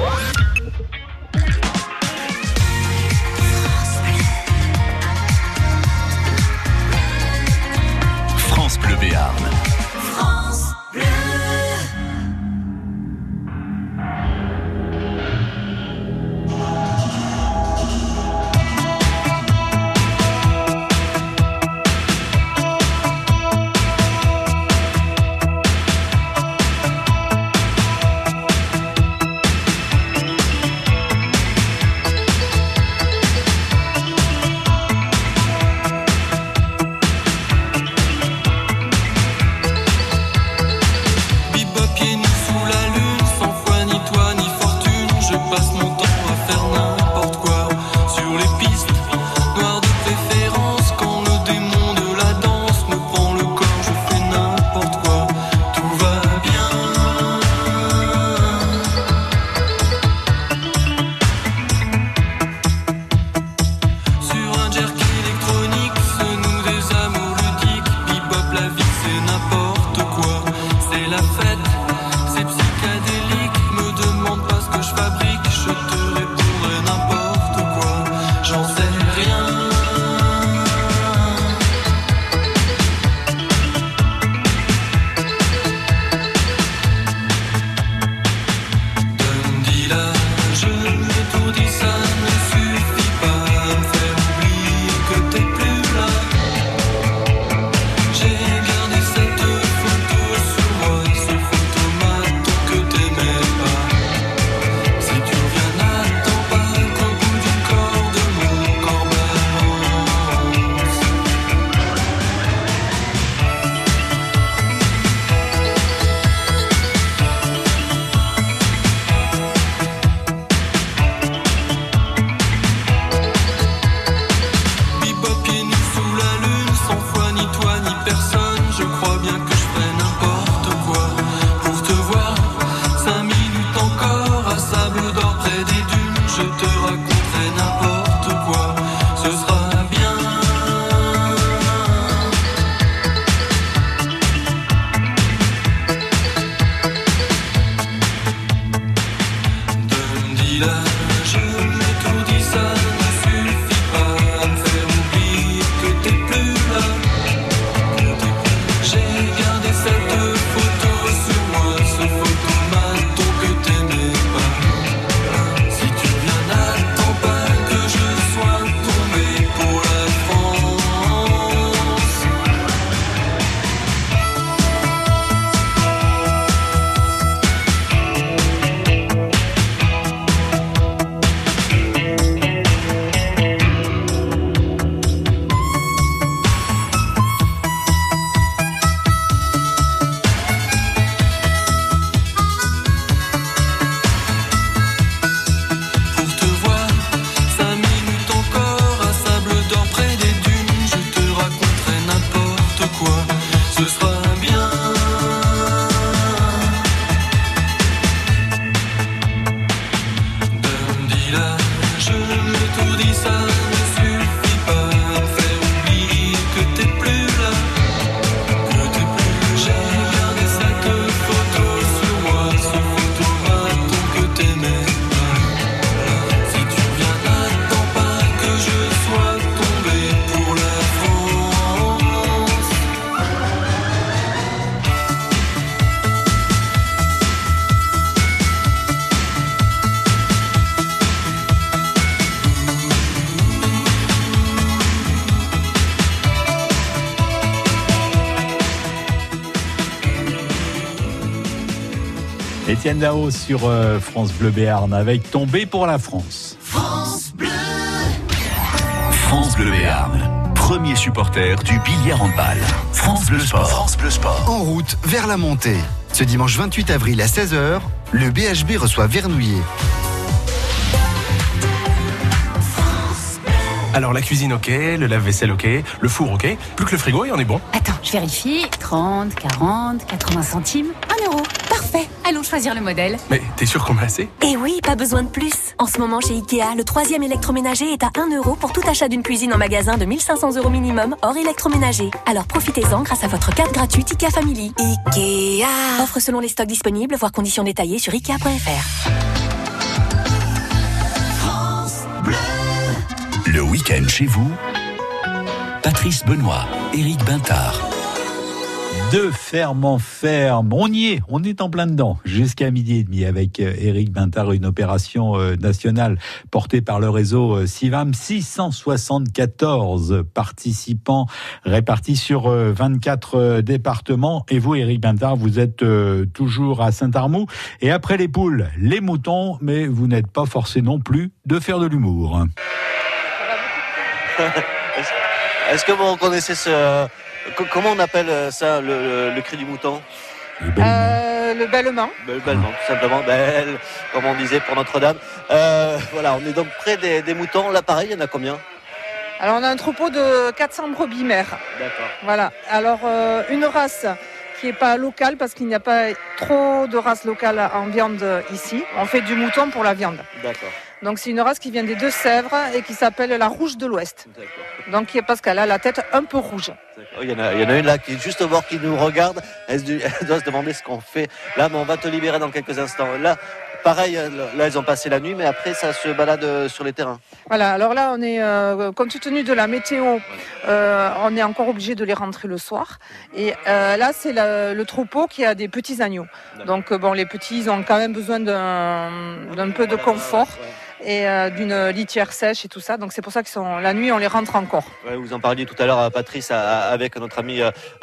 France Bleu Béarn. France Bleu. Étienne Dao sur France Bleu Béarn avec Tombé pour la France. France Bleu. France Bleu Béarn. premier supporter du billard handball. France Bleu Sport. France Bleu Sport. En route vers la montée. Ce dimanche 28 avril à 16h, le BHB reçoit Vernouillet. Alors la cuisine ok, le lave-vaisselle ok, le four ok, plus que le frigo et on est bon. Attends, je vérifie. 30, 40, 80 centimes, 1 euro. Parfait. Allons choisir le modèle. Mais t'es sûr qu'on a assez ? Eh oui, pas besoin de plus. En ce moment chez Ikea, le 3e électroménager est à 1 euro pour tout achat d'une cuisine en magasin de 1 500 € minimum, hors électroménager. Alors profitez-en grâce à votre carte gratuite Ikea Family. Ikea. Offre selon les stocks disponibles, voire conditions détaillées sur Ikea.fr. Le week-end chez vous, Patrice Benoît, Éric Bintard. De ferme en ferme, on y est, on est en plein dedans, jusqu'à 12h30 avec Éric Bintard, une opération nationale portée par le réseau CIVAM. 674 participants répartis sur 24 départements. Et vous, Éric Bintard, vous êtes toujours à Saint-Armoux. Et après les poules, les moutons, mais vous n'êtes pas forcé non plus de faire de l'humour. Est-ce que vous reconnaissez ce... Comment on appelle ça, le cri du mouton ? Le bêlement. Le bêlement, tout simplement. Belle, comme on disait pour Notre-Dame. Voilà, on est donc près des moutons. Là, pareil, il y en a combien ? Alors, on a un troupeau de 400 brebis mères. D'accord. Voilà. Alors, une race qui n'est pas locale, parce qu'il n'y a pas trop de races locales en viande ici. On fait du mouton pour la viande. D'accord. Donc c'est une race qui vient des Deux-Sèvres et qui s'appelle la rouge de l'Ouest. D'accord. Donc parce qu'elle a la tête un peu rouge. D'accord. Il y en a une là qui est juste au bord, qui nous regarde. Elle doit se demander ce qu'on fait. Là, mais on va te libérer dans quelques instants. Là, pareil, là ils ont passé la nuit, mais après ça se balade sur les terrains. Voilà, alors là on est, compte tenu de la météo, on est encore obligé de les rentrer le soir. Et là c'est le troupeau qui a des petits agneaux. Donc bon, les petits ils ont quand même besoin d'un peu de confort. Et d'une litière sèche et tout ça. Donc c'est pour ça que la nuit, on les rentre encore. Ouais, vous en parliez tout à l'heure, Patrice, avec notre ami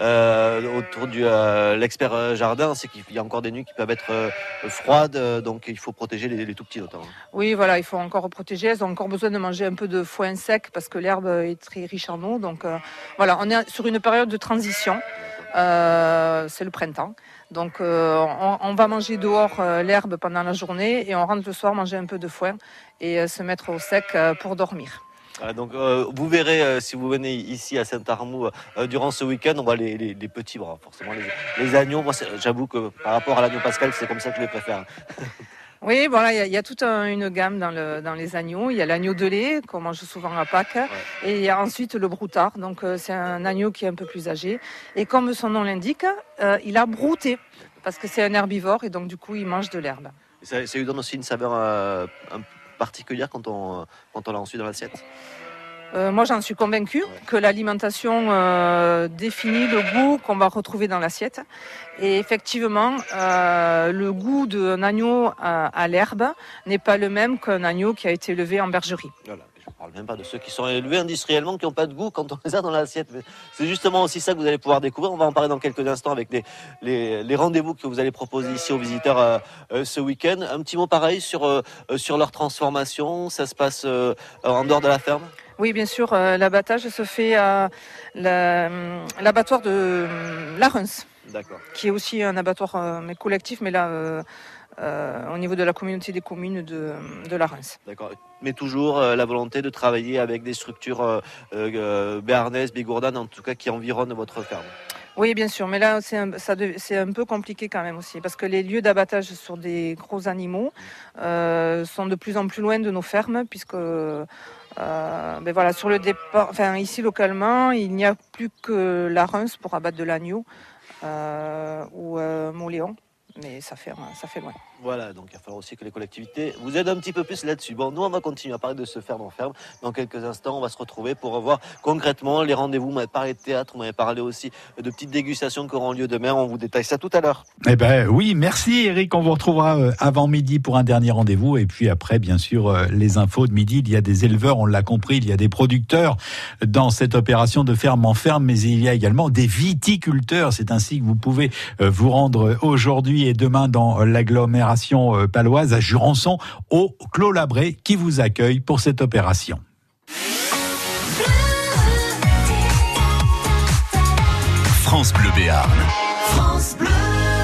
autour du l'expert jardin. C'est qu'il y a encore des nuits qui peuvent être froides, donc il faut protéger les tout petits notamment. Oui, voilà, il faut encore protéger. Elles ont encore besoin de manger un peu de foin sec parce que l'herbe est très riche en eau. Donc voilà, on est sur une période de transition. C'est le printemps. Donc on va manger dehors l'herbe pendant la journée et on rentre le soir manger un peu de foin et se mettre au sec pour dormir. Donc vous verrez si vous venez ici à Saint-Armoux durant ce week-end, on voit les petits bras, forcément les agneaux. Moi j'avoue que par rapport à l'agneau pascal, c'est comme ça que je les préfère. Oui, voilà, il y a toute une gamme dans les agneaux. Il y a l'agneau de lait qu'on mange souvent à Pâques, et il y a ensuite le broutard. Donc c'est un agneau qui est un peu plus âgé. Et comme son nom l'indique, il a brouté parce que c'est un herbivore et donc du coup il mange de l'herbe. Ça lui donne aussi une saveur un peu particulière quand on l'a ensuite dans l'assiette. Moi, j'en suis convaincue que l'alimentation définit le goût qu'on va retrouver dans l'assiette. Et effectivement, le goût d'un agneau à l'herbe n'est pas le même qu'un agneau qui a été élevé en bergerie. Voilà. Je ne parle même pas de ceux qui sont élevés industriellement, qui n'ont pas de goût quand on les a dans l'assiette. Mais c'est justement aussi ça que vous allez pouvoir découvrir. On va en parler dans quelques instants avec les rendez-vous que vous allez proposer ici aux visiteurs ce week-end. Un petit mot pareil sur leur transformation. Ça se passe en dehors de la ferme ? Oui, bien sûr. L'abattage se fait à l'abattoir de la Reims. D'accord. Qui est aussi un abattoir mais collectif, mais là au niveau de la communauté des communes de la Reims. D'accord. Mais toujours la volonté de travailler avec des structures béarnaises, bigourdanes, en tout cas qui environnent votre ferme. Oui, bien sûr, mais là c'est un peu compliqué quand même aussi, parce que les lieux d'abattage sur des gros animaux sont de plus en plus loin de nos fermes, puisque ben voilà, sur le départ, enfin ici localement, il n'y a plus que la Reims pour abattre de l'agneau ou Moléon. Mais ça fait loin. Voilà, donc il va falloir aussi que les collectivités vous aident un petit peu plus là-dessus. Bon, nous, on va continuer à parler de ce ferme en ferme. Dans quelques instants, on va se retrouver pour revoir concrètement les rendez-vous. On m'avait parlé de théâtre, on m'avait parlé aussi de petites dégustations qui auront lieu demain. On vous détaille ça tout à l'heure. Eh ben oui, merci Eric. On vous retrouvera avant midi pour un dernier rendez-vous. Et puis après, bien sûr, les infos de midi. Il y a des éleveurs, on l'a compris, il y a des producteurs dans cette opération de ferme en ferme, mais il y a également des viticulteurs. C'est ainsi que vous pouvez vous rendre aujourd'hui et demain dans l'agglomération paloise à Jurançon, au Clos Labré, qui vous accueille pour cette opération. France Bleu Béarn. France Bleu.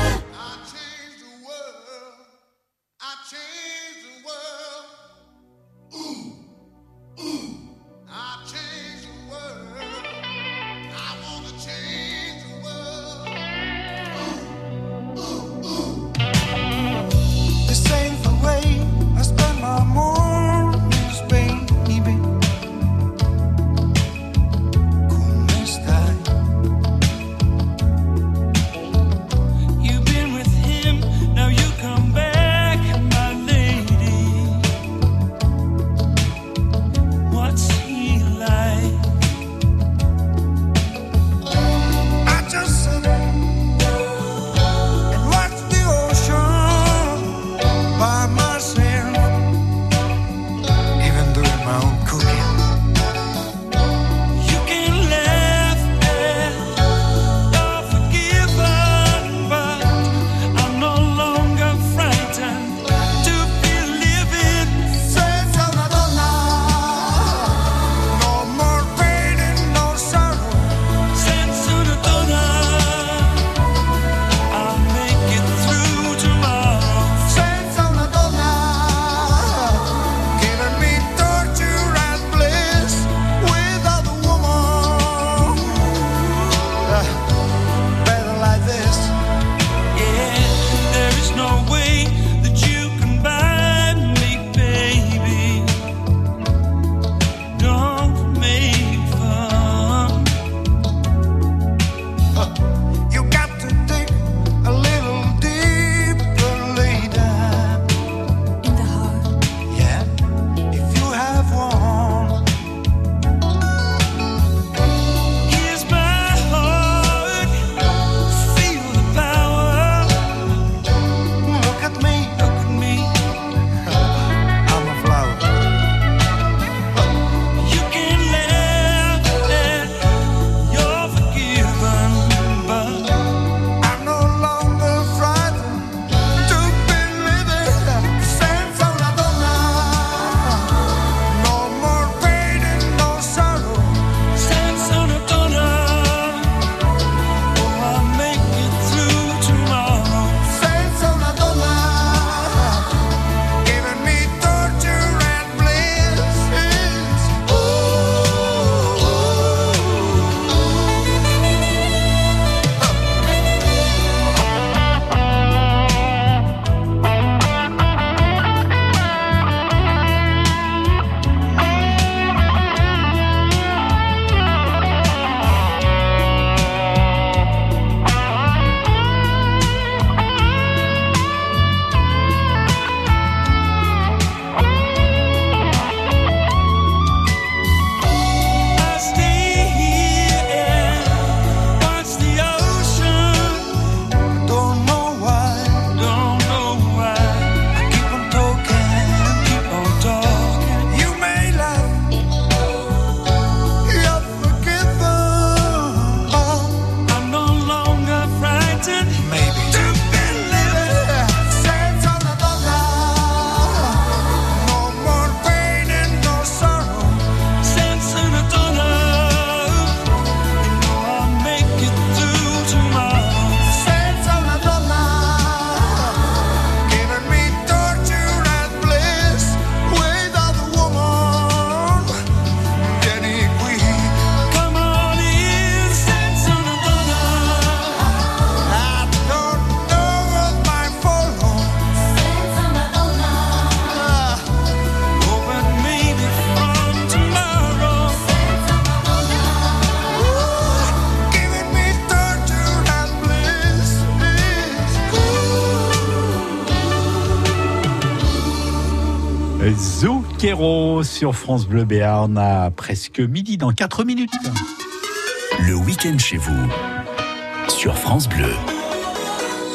Zucchero sur France Bleu Béarn à presque midi, dans 4 minutes. Le week-end chez vous sur France Bleu.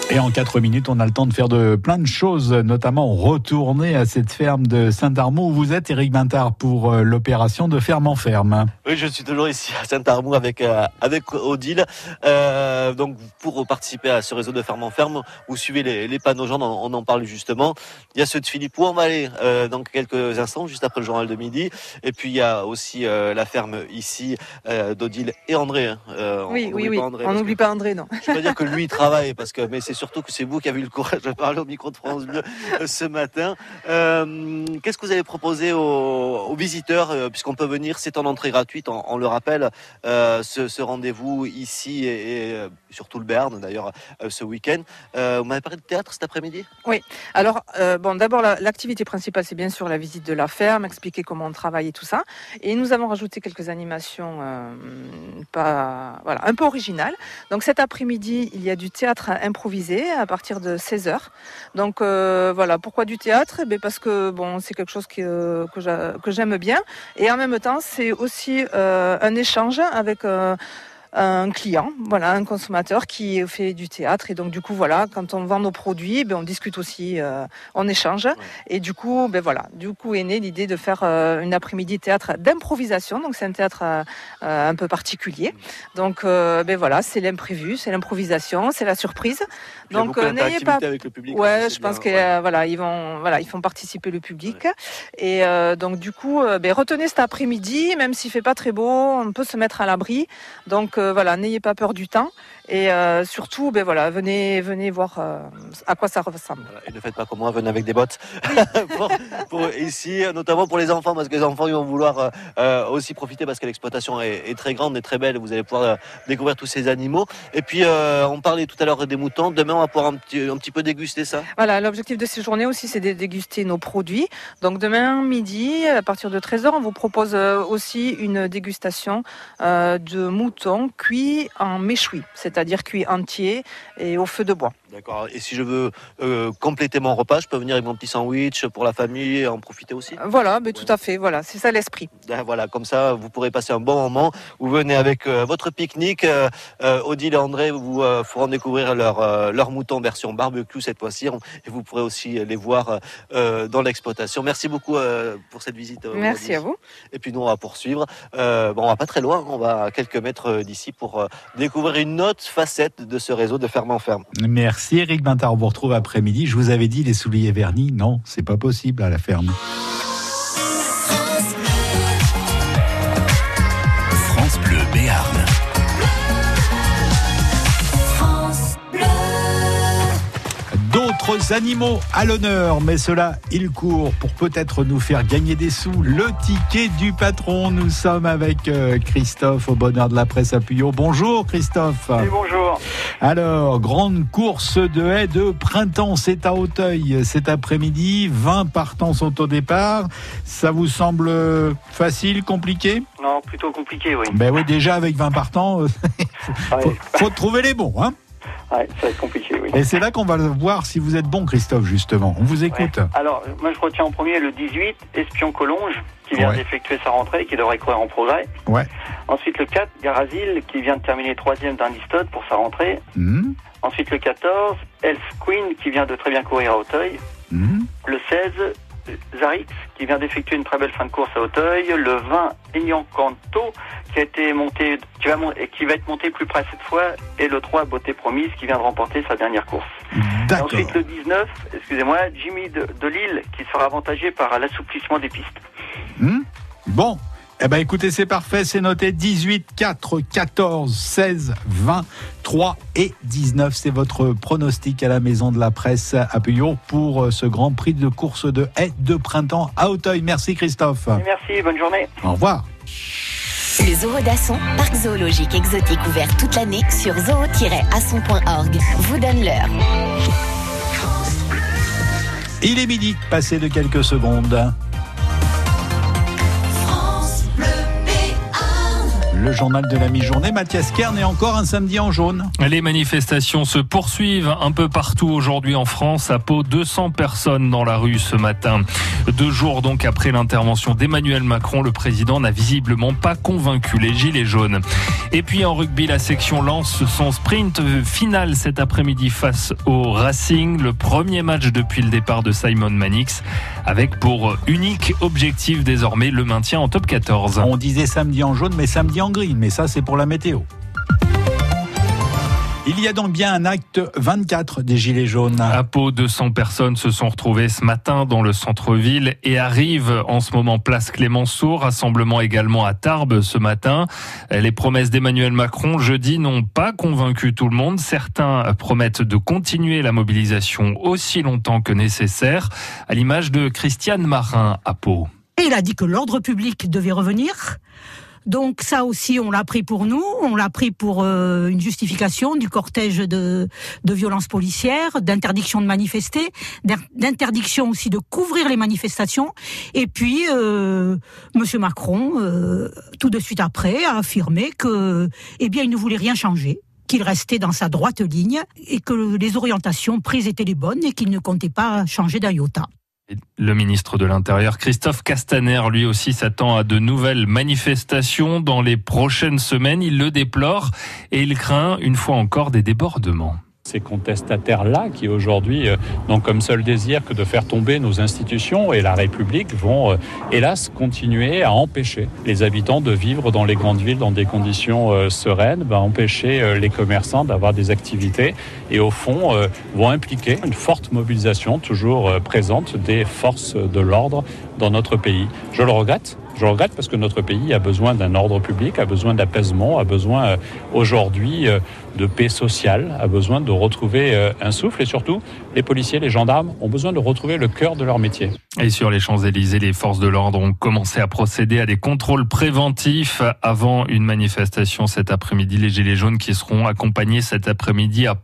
Et en 4 minutes, on a le temps de faire plein de choses, notamment retourner à cette ferme de Saint-Armour où vous êtes, Éric Bintard, pour l'opération de ferme en ferme. Oui, je suis toujours ici à Saint-Armour avec Odile. Donc, pour participer à ce réseau de ferme en ferme, vous suivez les panneaux jaunes, on en parle justement. Il y a ceux de Philippe où on va aller dans quelques instants, juste après le journal de midi. Et puis, il y a aussi la ferme ici d'Odile et André. Oui. On n'oublie pas André, non. Je peux dire que lui, il travaille, mais c'est surtout que c'est vous qui avez eu le courage de parler au micro de France Bleu ce matin. Qu'est-ce que vous avez proposé aux visiteurs, puisqu'on peut venir, c'est en entrée gratuite, on le rappelle, ce rendez-vous ici et surtout le Béarn d'ailleurs ce week-end. Vous m'avez parlé de théâtre cet après-midi ? Oui, alors d'abord l'activité principale c'est bien sûr la visite de la ferme, expliquer comment on travaille et tout ça. Et nous avons rajouté quelques animations un peu originales. Donc cet après-midi, il y a du théâtre improvisé à partir de 16h. Donc pourquoi du théâtre ? Parce que c'est quelque chose que j'aime bien. Et en même temps, c'est aussi un échange avec un client, un consommateur qui fait du théâtre. Et donc du coup, quand on vend nos produits, on discute aussi, on échange. Ouais. Et du coup, est née l'idée de faire une après-midi théâtre d'improvisation. Donc c'est un théâtre un peu particulier. Donc c'est l'imprévu, c'est l'improvisation, c'est la surprise. Donc n'ayez pas avec le public. Ouais, je pense ils font participer le public. Ouais. Et donc du coup, retenez cet après-midi, même s'il fait pas très beau, on peut se mettre à l'abri. Donc n'ayez pas peur du temps et surtout venez voir à quoi ça ressemble. Et ne faites pas comme moi, venez avec des bottes pour ici, notamment pour les enfants, parce que les enfants ils vont vouloir aussi profiter parce que l'exploitation est très grande et très belle. Vous allez pouvoir découvrir tous ces animaux. Et puis on parlait tout à l'heure des moutons. Demain on va pouvoir un petit peu déguster ça. Voilà, l'objectif de ces journées aussi c'est de déguster nos produits. Donc demain midi à partir de 13h on vous propose aussi une dégustation de moutons cuits en méchoui, c'est-à-dire cuits entiers et au feu de bois. D'accord. Et si je veux compléter mon repas, je peux venir avec mon petit sandwich pour la famille et en profiter aussi ? Tout à fait. Voilà, c'est ça l'esprit. Voilà, comme ça, vous pourrez passer un bon moment. Vous venez avec votre pique-nique. Odile et André vous feront découvrir leur mouton version barbecue cette fois-ci. Et vous pourrez aussi les voir dans l'exploitation. Merci beaucoup pour cette visite. Merci à vous. Et puis nous, on va poursuivre. On va pas très loin. On va à quelques mètres d'ici pour découvrir une autre facette de ce réseau de ferme en ferme. Merci Éric Bintard, on vous retrouve après-midi. Je vous avais dit les souliers vernis, non, c'est pas possible à la ferme. France Bleu Béarn. D'autres animaux à l'honneur, mais cela, ils courent pour peut-être nous faire gagner des sous. Le ticket du patron. Nous sommes avec Christophe au bonheur de la presse à Puyot. Bonjour Christophe. Oui, bonjour. Alors, grande course de haies de printemps, c'est à Auteuil cet après-midi. 20 partants sont au départ. Ça vous semble facile, compliqué ? Non, plutôt compliqué, oui. Ben oui, déjà avec 20 partants, faut trouver les bons, hein. Ouais, ça va être compliqué, oui. Et c'est là qu'on va voir si vous êtes bon, Christophe, justement. On vous écoute. Ouais. Alors, moi, je retiens en premier le 18, Espion Collonges, qui vient d'effectuer sa rentrée, qui devrait courir en progrès. Ouais. Ensuite, le 4, Garazil, qui vient de terminer 3e d'un listode pour sa rentrée. Ensuite, le 14, Elf Queen, qui vient de très bien courir à Auteuil. Le 16, Zarix, qui vient d'effectuer une très belle fin de course à Auteuil. Le 20, Aignan Canto, qui va être monté plus près cette fois. Et le 3, Beauté Promise, qui vient de remporter sa dernière course. D'accord. Ensuite, le 19, Jimmy de Lille, qui sera avantagé par l'assouplissement des pistes. Bon. Eh ben écoutez, c'est parfait, c'est noté 18, 4, 14, 16, 20, 3 et 19. C'est votre pronostic à la Maison de la Presse à Puyot pour ce Grand Prix de course de haies de printemps à Auteuil. Merci Christophe. Merci, bonne journée. Au revoir. Le Zoo d'Asson, parc zoologique exotique ouvert toute l'année sur zoo-asson.org, vous donne l'heure. Il est midi, passé de quelques secondes. Le journal de la mi-journée, Mathias Kern, et encore un samedi en jaune. Les manifestations se poursuivent un peu partout aujourd'hui en France. À Pau, 200 personnes dans la rue ce matin. 2 jours donc après l'intervention d'Emmanuel Macron, le président n'a visiblement pas convaincu les gilets jaunes. Et puis en rugby, la section lance son sprint final cet après-midi face au Racing. Le premier match depuis le départ de Simon Mannix, avec pour unique objectif désormais le maintien en top 14. On disait samedi en jaune, mais samedi en gris. Mais ça, c'est pour la météo. Il y a donc bien un acte 24 des Gilets jaunes. À Pau, 200 personnes se sont retrouvées ce matin dans le centre-ville et arrivent en ce moment place Clémenceau. Rassemblement également à Tarbes ce matin. Les promesses d'Emmanuel Macron jeudi n'ont pas convaincu tout le monde. Certains promettent de continuer la mobilisation aussi longtemps que nécessaire, à l'image de Christiane Marin à Pau. Et il a dit que l'ordre public devait revenir. Donc ça aussi, on l'a pris pour nous, on l'a pris pour une justification du cortège de violences policières, d'interdiction de manifester, d'interdiction aussi de couvrir les manifestations. Et puis, Monsieur Macron, tout de suite après, a affirmé que, eh bien, il ne voulait rien changer, qu'il restait dans sa droite ligne et que les orientations prises étaient les bonnes et qu'il ne comptait pas changer d'un iota. Le ministre de l'Intérieur, Christophe Castaner, lui aussi s'attend à de nouvelles manifestations dans les prochaines semaines. Il le déplore et il craint une fois encore des débordements. Ces contestataires-là, qui aujourd'hui n'ont comme seul désir que de faire tomber nos institutions et la République, vont hélas continuer à empêcher les habitants de vivre dans les grandes villes dans des conditions sereines, empêcher les commerçants d'avoir des activités et au fond vont impliquer une forte mobilisation toujours présente des forces de l'ordre dans notre pays. Je le regrette. Je regrette parce que notre pays a besoin d'un ordre public, a besoin d'apaisement, a besoin aujourd'hui de paix sociale, a besoin de retrouver un souffle et surtout, les policiers, les gendarmes ont besoin de retrouver le cœur de leur métier. Et sur les Champs-Élysées, les forces de l'ordre ont commencé à procéder à des contrôles préventifs avant une manifestation cet après-midi. Les Gilets jaunes qui seront accompagnés cet après-midi à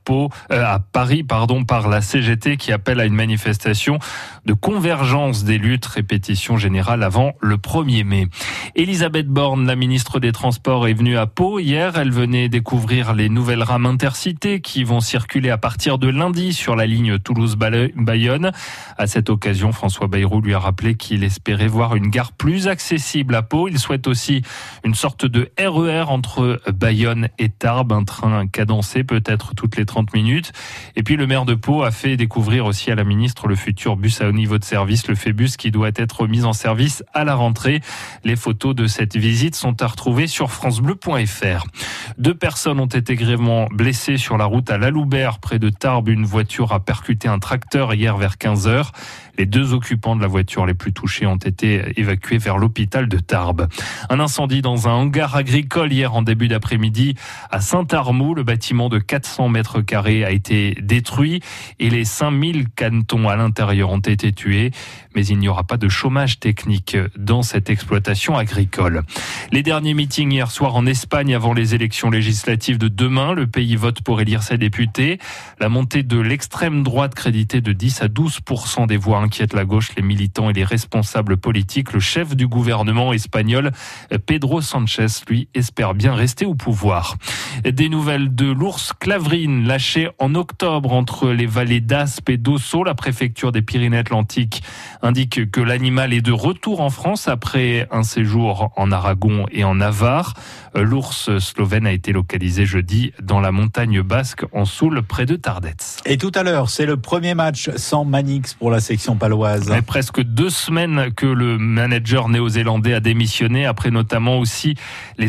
Paris, par la CGT qui appelle à une manifestation de convergence des luttes, répétition générale avant le 1er mai. Elisabeth Borne, la ministre des Transports, est venue à Pau hier. Elle venait découvrir les nouvelles rames intercités qui vont circuler à partir de lundi sur la ligne Toulouse-Bayonne. À cette occasion, François Bayrou lui a rappelé qu'il espérait voir une gare plus accessible à Pau. Il souhaite aussi une sorte de RER entre Bayonne et Tarbes, un train cadencé peut-être toutes les 30 minutes. Et puis le maire de Pau a fait découvrir aussi à la ministre le futur bus à haut niveau de service, le Phébus, qui doit être mis en service à la rentrée. Les photos de cette visite sont à retrouver sur francebleu.fr. 2 personnes ont été grièvement blessées sur la route à Laloubert, près de Tarbes. Une voiture a percuté un tracteur hier vers 15h. Les 2 occupants de la voiture les plus touchés ont été évacués vers l'hôpital de Tarbes. Un incendie dans un hangar agricole hier en début d'après-midi à Saint-Armoux. Le bâtiment de 400 mètres carrés a été détruit et les 5000 canetons à l'intérieur ont été tués. Mais il n'y aura pas de chômage technique dans cette exploitation agricole. Les derniers meetings hier soir en Espagne avant les élections législatives de demain. Le pays vote pour élire ses députés. La montée de l'extrême droite créditée de 10 à 12% des voix inquiète la gauche, les militants et les responsables politiques. Le chef du gouvernement espagnol, Pedro Sánchez, lui, espère bien rester au pouvoir. Des nouvelles de l'ours Clavrine, lâché en octobre entre les vallées d'Aspe et d'Ossau. La préfecture des Pyrénées-Atlantiques indique que l'animal est de retour en France après un séjour en Aragon et en Navarre. L'ours slovène a été localisé jeudi dans la montagne basque en Soule, près de Tardets. Et tout à l'heure, c'est le premier match sans Mannix pour la section paloise. Mais presque 2 semaines que le manager néo-zélandais a démissionné, après notamment aussi les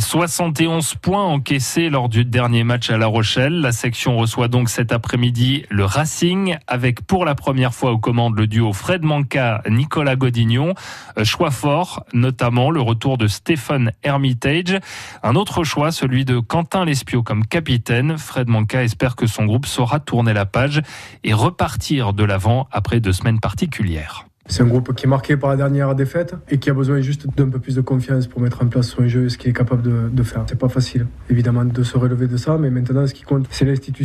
71 points encaissés lors du dernier match à La Rochelle. La section reçoit donc cet après-midi le Racing, avec pour la première fois aux commandes le duo Fred Manka-Nicolas Godignon. Choix fort, notamment le retour de Stephen Hermitage. Un autre choix, celui de Quentin Lespiot comme capitaine. Fred Manka espère que son groupe saura tourner la page et repartir de l'avant après 2 semaines particulières. C'est un groupe qui est marqué par la dernière défaite et qui a besoin juste d'un peu plus de confiance pour mettre en place son jeu, ce qu'il est capable de faire. C'est pas facile, évidemment, de se relever de ça, mais maintenant, ce qui compte, c'est l'institution.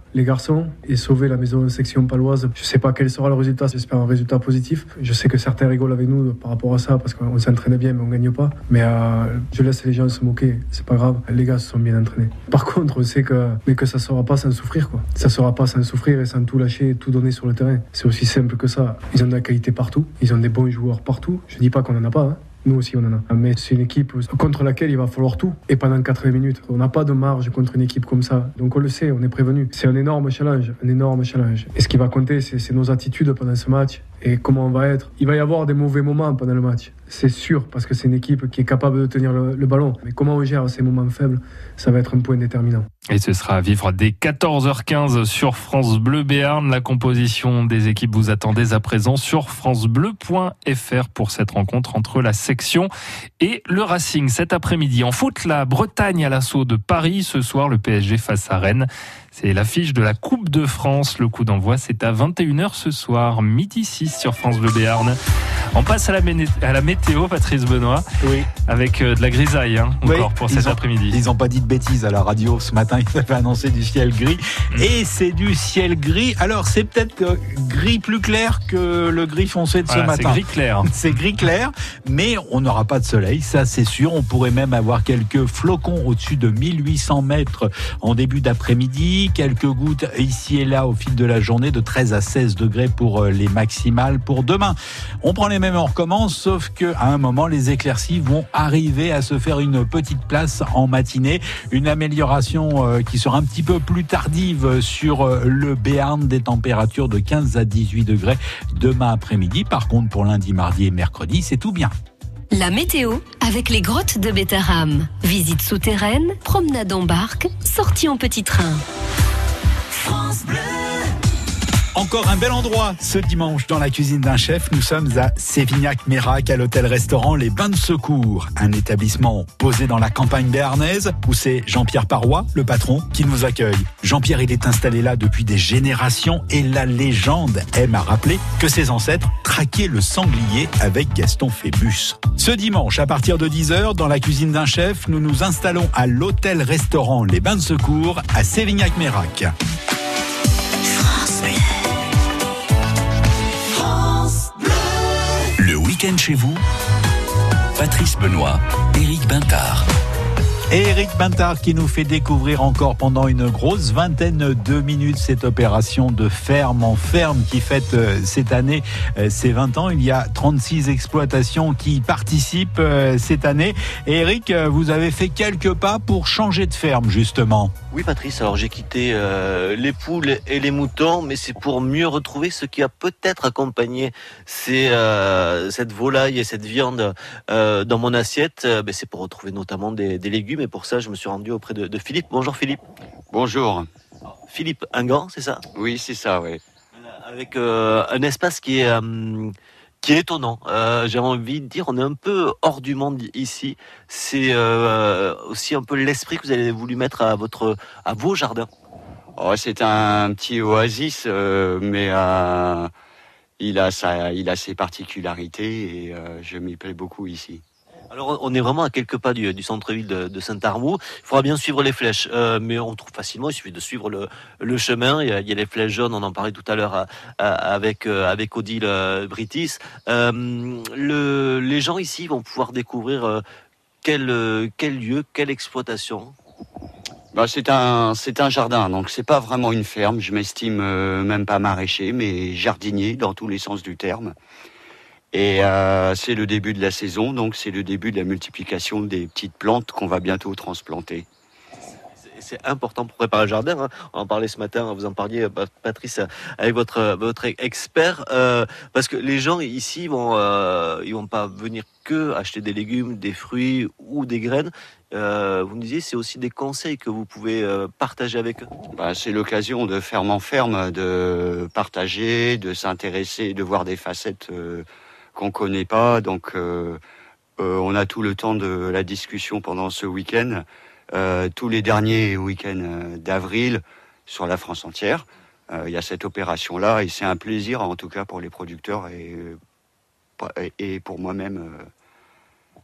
les garçons et sauver la maison de section paloise. Je ne sais pas quel sera le résultat, j'espère un résultat positif. Je sais que certains rigolent avec nous par rapport à ça parce qu'on s'entraînait bien mais on ne gagne pas. Mais je laisse les gens se moquer, c'est pas grave, les gars se sont bien entraînés. Par contre, on sait que ça ne sera pas sans souffrir, quoi. Ça ne sera pas sans souffrir et sans tout lâcher et tout donner sur le terrain. C'est aussi simple que ça. Ils ont de la qualité partout, ils ont des bons joueurs partout. Je ne dis pas qu'on n'en a pas, hein. Nous aussi on en a. Mais c'est une équipe contre laquelle il va falloir tout. Et pendant 80 minutes. On n'a pas de marge contre une équipe comme ça. Donc on le sait, on est prévenu. C'est un énorme challenge. Et ce qui va compter, c'est nos attitudes pendant ce match. Et comment on va être. Il va y avoir des mauvais moments pendant le match. C'est sûr, parce que c'est une équipe qui est capable de tenir le ballon. Mais comment on gère ces moments faibles, ça va être un point déterminant. Et ce sera à vivre dès 14h15 sur France Bleu Béarn. La composition des équipes vous attend dès à présent sur francebleu.fr pour cette rencontre entre la section et le Racing. Cet après-midi, en foot, la Bretagne à l'assaut de Paris. Ce soir, le PSG face à Rennes. C'est l'affiche de la Coupe de France. Le coup d'envoi, c'est à 21h ce soir, midi 6 sur France Bleu Béarn. On passe à la météo, Patrice Benoît, oui. Avec de la grisaille encore pour cet après-midi. Ils n'ont pas dit de bêtises à la radio ce matin, ils avaient annoncé du ciel gris. Et c'est du ciel gris. Alors c'est peut-être gris plus clair que le gris foncé de ce matin. C'est gris clair. C'est gris clair, mais on n'aura pas de soleil, ça c'est sûr. On pourrait même avoir quelques flocons au-dessus de 1800 mètres en début d'après-midi. Quelques gouttes ici et là au fil de la journée, de 13 à 16 degrés pour les maximales pour demain. On prend les mêmes et on recommence, sauf qu'à un moment, les éclaircies vont arriver à se faire une petite place en matinée. Une amélioration qui sera un petit peu plus tardive sur le Béarn, des températures de 15 à 18 degrés demain après-midi. Par contre, pour lundi, mardi et mercredi, c'est tout bien. La météo avec les grottes de Bétharram. Visite souterraine, promenade en barque, sortie en petit train. France Bleu. Encore un bel endroit ce dimanche dans la cuisine d'un chef. Nous sommes à Sévignac-Mérac, à l'hôtel-restaurant Les Bains de Secours. Un établissement posé dans la campagne béarnaise où c'est Jean-Pierre Parois, le patron, qui nous accueille. Jean-Pierre, il est installé là depuis des générations et la légende aime à rappeler que ses ancêtres traquaient le sanglier avec Gaston Phébus. Ce dimanche, à partir de 10h, dans la cuisine d'un chef, nous nous installons à l'hôtel-restaurant Les Bains de Secours à Sévignac-Mérac. Le week-end chez vous, Patrice Benoît, Éric Bintard. Et Éric Bintard qui nous fait découvrir encore pendant une grosse vingtaine de minutes cette opération de ferme en ferme qui fête cette année ses 20 ans. Il y a 36 exploitations qui participent cette année. Et Éric, vous avez fait quelques pas pour changer de ferme justement. Oui Patrice, alors j'ai quitté les poules et les moutons, mais c'est pour mieux retrouver ce qui a peut-être accompagné cette volaille et cette viande dans mon assiette. C'est pour retrouver notamment des légumes. Et pour ça, je me suis rendu auprès de Philippe. Bonjour Philippe. Bonjour. Philippe Ingan, c'est ça ? Oui, c'est ça, oui. Avec un espace qui est étonnant. J'ai envie de dire, on est un peu hors du monde ici. C'est aussi un peu l'esprit que vous avez voulu mettre à vos jardins. Oh, c'est un petit oasis, mais il a ses particularités et je m'y plais beaucoup ici. Alors on est vraiment à quelques pas du centre-ville de Saint-Armour. Il faudra bien suivre les flèches, mais on trouve facilement, il suffit de suivre le chemin. Il y a les flèches jaunes, on en parlait tout à l'heure avec Odile Britis. Les gens ici vont pouvoir découvrir quel lieu, quelle exploitation. C'est un jardin, donc c'est pas vraiment une ferme. Je m'estime même pas maraîcher, mais jardinier dans tous les sens du terme. Et c'est le début de la saison, donc c'est le début de la multiplication des petites plantes qu'on va bientôt transplanter. C'est important pour préparer le jardin, hein. On en parlait ce matin, vous en parliez Patrice avec votre expert, parce que les gens ici ils vont pas venir que acheter des légumes, des fruits ou des graines. Vous me disiez, c'est aussi des conseils que vous pouvez partager avec eux. C'est l'occasion de ferme en ferme, de partager, de s'intéresser, de voir des facettes qu'on connaît pas. Donc on a tout le temps de la discussion pendant ce week-end. Tous les derniers week-ends d'avril sur la France entière, il y a cette opération-là et c'est un plaisir en tout cas pour les producteurs et pour moi-même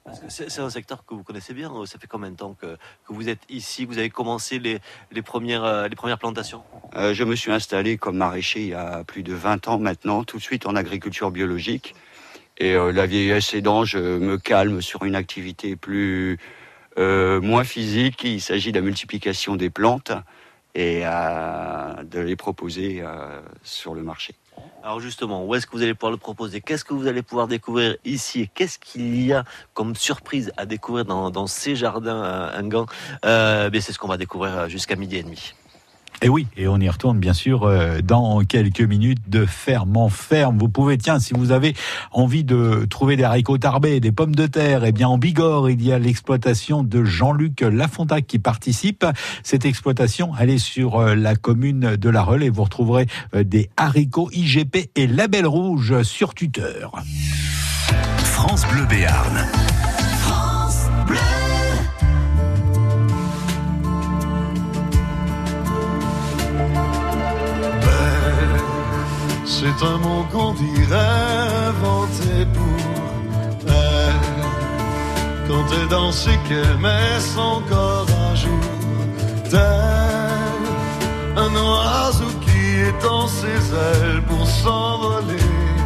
Parce que c'est un secteur que vous connaissez bien. Ça fait combien de temps que vous êtes ici? Vous avez commencé les premières plantations? Je me suis installé comme maraîcher il y a plus de 20 ans maintenant, tout de suite en agriculture biologique. Et la vieillesse aidant, je me calme sur une activité moins physique. Il s'agit de la multiplication des plantes et de les proposer sur le marché. Alors justement, où est-ce que vous allez pouvoir le proposer? Qu'est-ce que vous allez pouvoir découvrir ici? Et qu'est-ce qu'il y a comme surprise à découvrir dans ces jardins Enghien? C'est ce qu'on va découvrir jusqu'à 12h30. Et oui, et on y retourne bien sûr dans quelques minutes de ferme en ferme. Vous pouvez, si vous avez envie de trouver des haricots tarbés, des pommes de terre, eh bien en Bigorre, il y a l'exploitation de Jean-Luc Lafontac qui participe. Cette exploitation, elle est sur la commune de La Reule et vous retrouverez des haricots IGP et label rouge sur tuteur. France Bleu Béarn. France Bleu. C'est un mot qu'on dirait inventé pour elle. Quand elle danse et qu'elle met son corps à jour, tel un oiseau qui étend ses ailes pour s'envoler.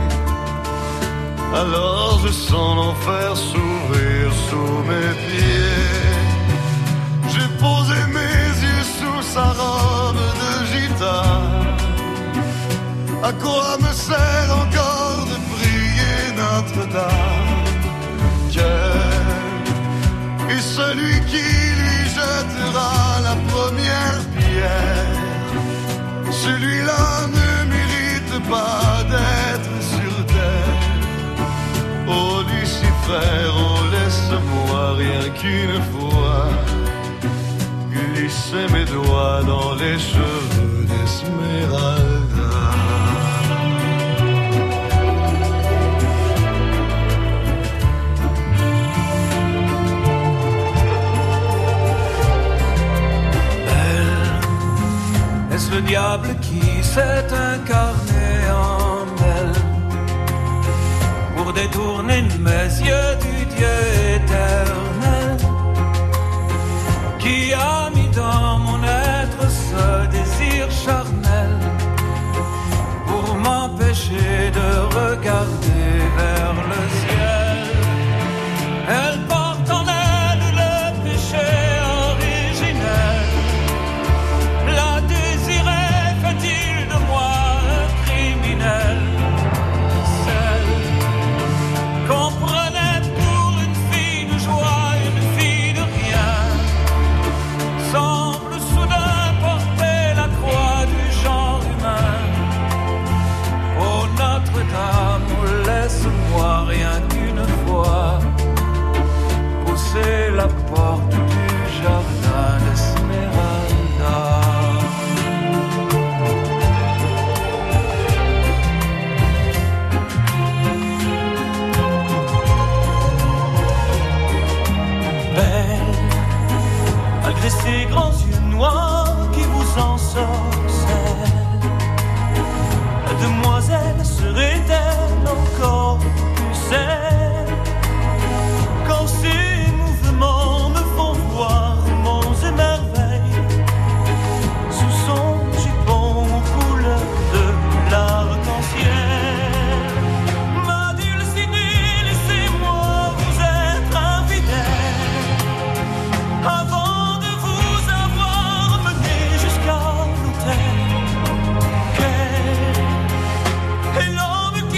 Alors je sens l'enfer s'ouvrir sous mes pieds. J'ai posé mes yeux sous sa robe de gitane. À quoi me sert encore de prier Notre-Dame? Quel est celui qui lui jettera la première pierre? Celui-là ne mérite pas d'être sur terre. Oh Lucifer, oh laisse-moi rien qu'une fois glisser mes doigts dans les cheveux d'Esmeralda. Est-ce le diable qui s'est incarné en elle pour détourner mes yeux du Dieu éternel qui a mis dans mon être ce désir charnel pour m'empêcher de regarder vers le ciel? Elle porte en elle le péché originel. La désirait, fait-il de moi un criminel? Celle qu'on prenait pour une fille de joie, une fille de rien, semble soudain porter la croix du genre humain. Oh Notre-Dame, oh, laisse-moi rien qu'une fois pousser la porte du jardin d'Esmeralda. Malgré ces grands yeux noirs qui vous ensorcellent, la demoiselle serait-elle encore plus belle quand ses mouvements me font voir monts et merveilles sous son jupon aux couleurs de l'arc-en-ciel? Ma Dulcinée, laissez-moi vous être infidèle avant de vous avoir mené jusqu'à l'autel. Quel est l'homme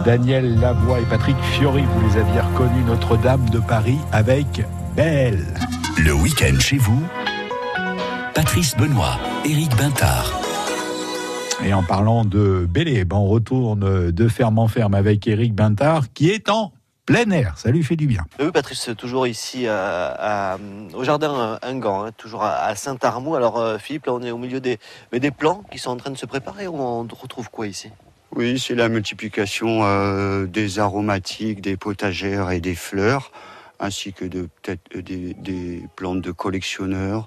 Daniel Lavoie et Patrick Fiori, vous les aviez reconnus, Notre-Dame de Paris avec Belle. Le week-end chez vous, Patrice Benoît, Éric Bintard. Et en parlant de Bélé, on retourne de ferme en ferme avec Éric Bintard qui est en plein air. Ça lui fait du bien. Oui, Patrice, toujours ici au jardin Ingan, toujours à Saint-Armoud. Alors Philippe, là on est au milieu des plants qui sont en train de se préparer. On retrouve quoi ici ? Oui, c'est la multiplication des aromatiques, des potagères et des fleurs, ainsi que peut-être des plantes de collectionneurs,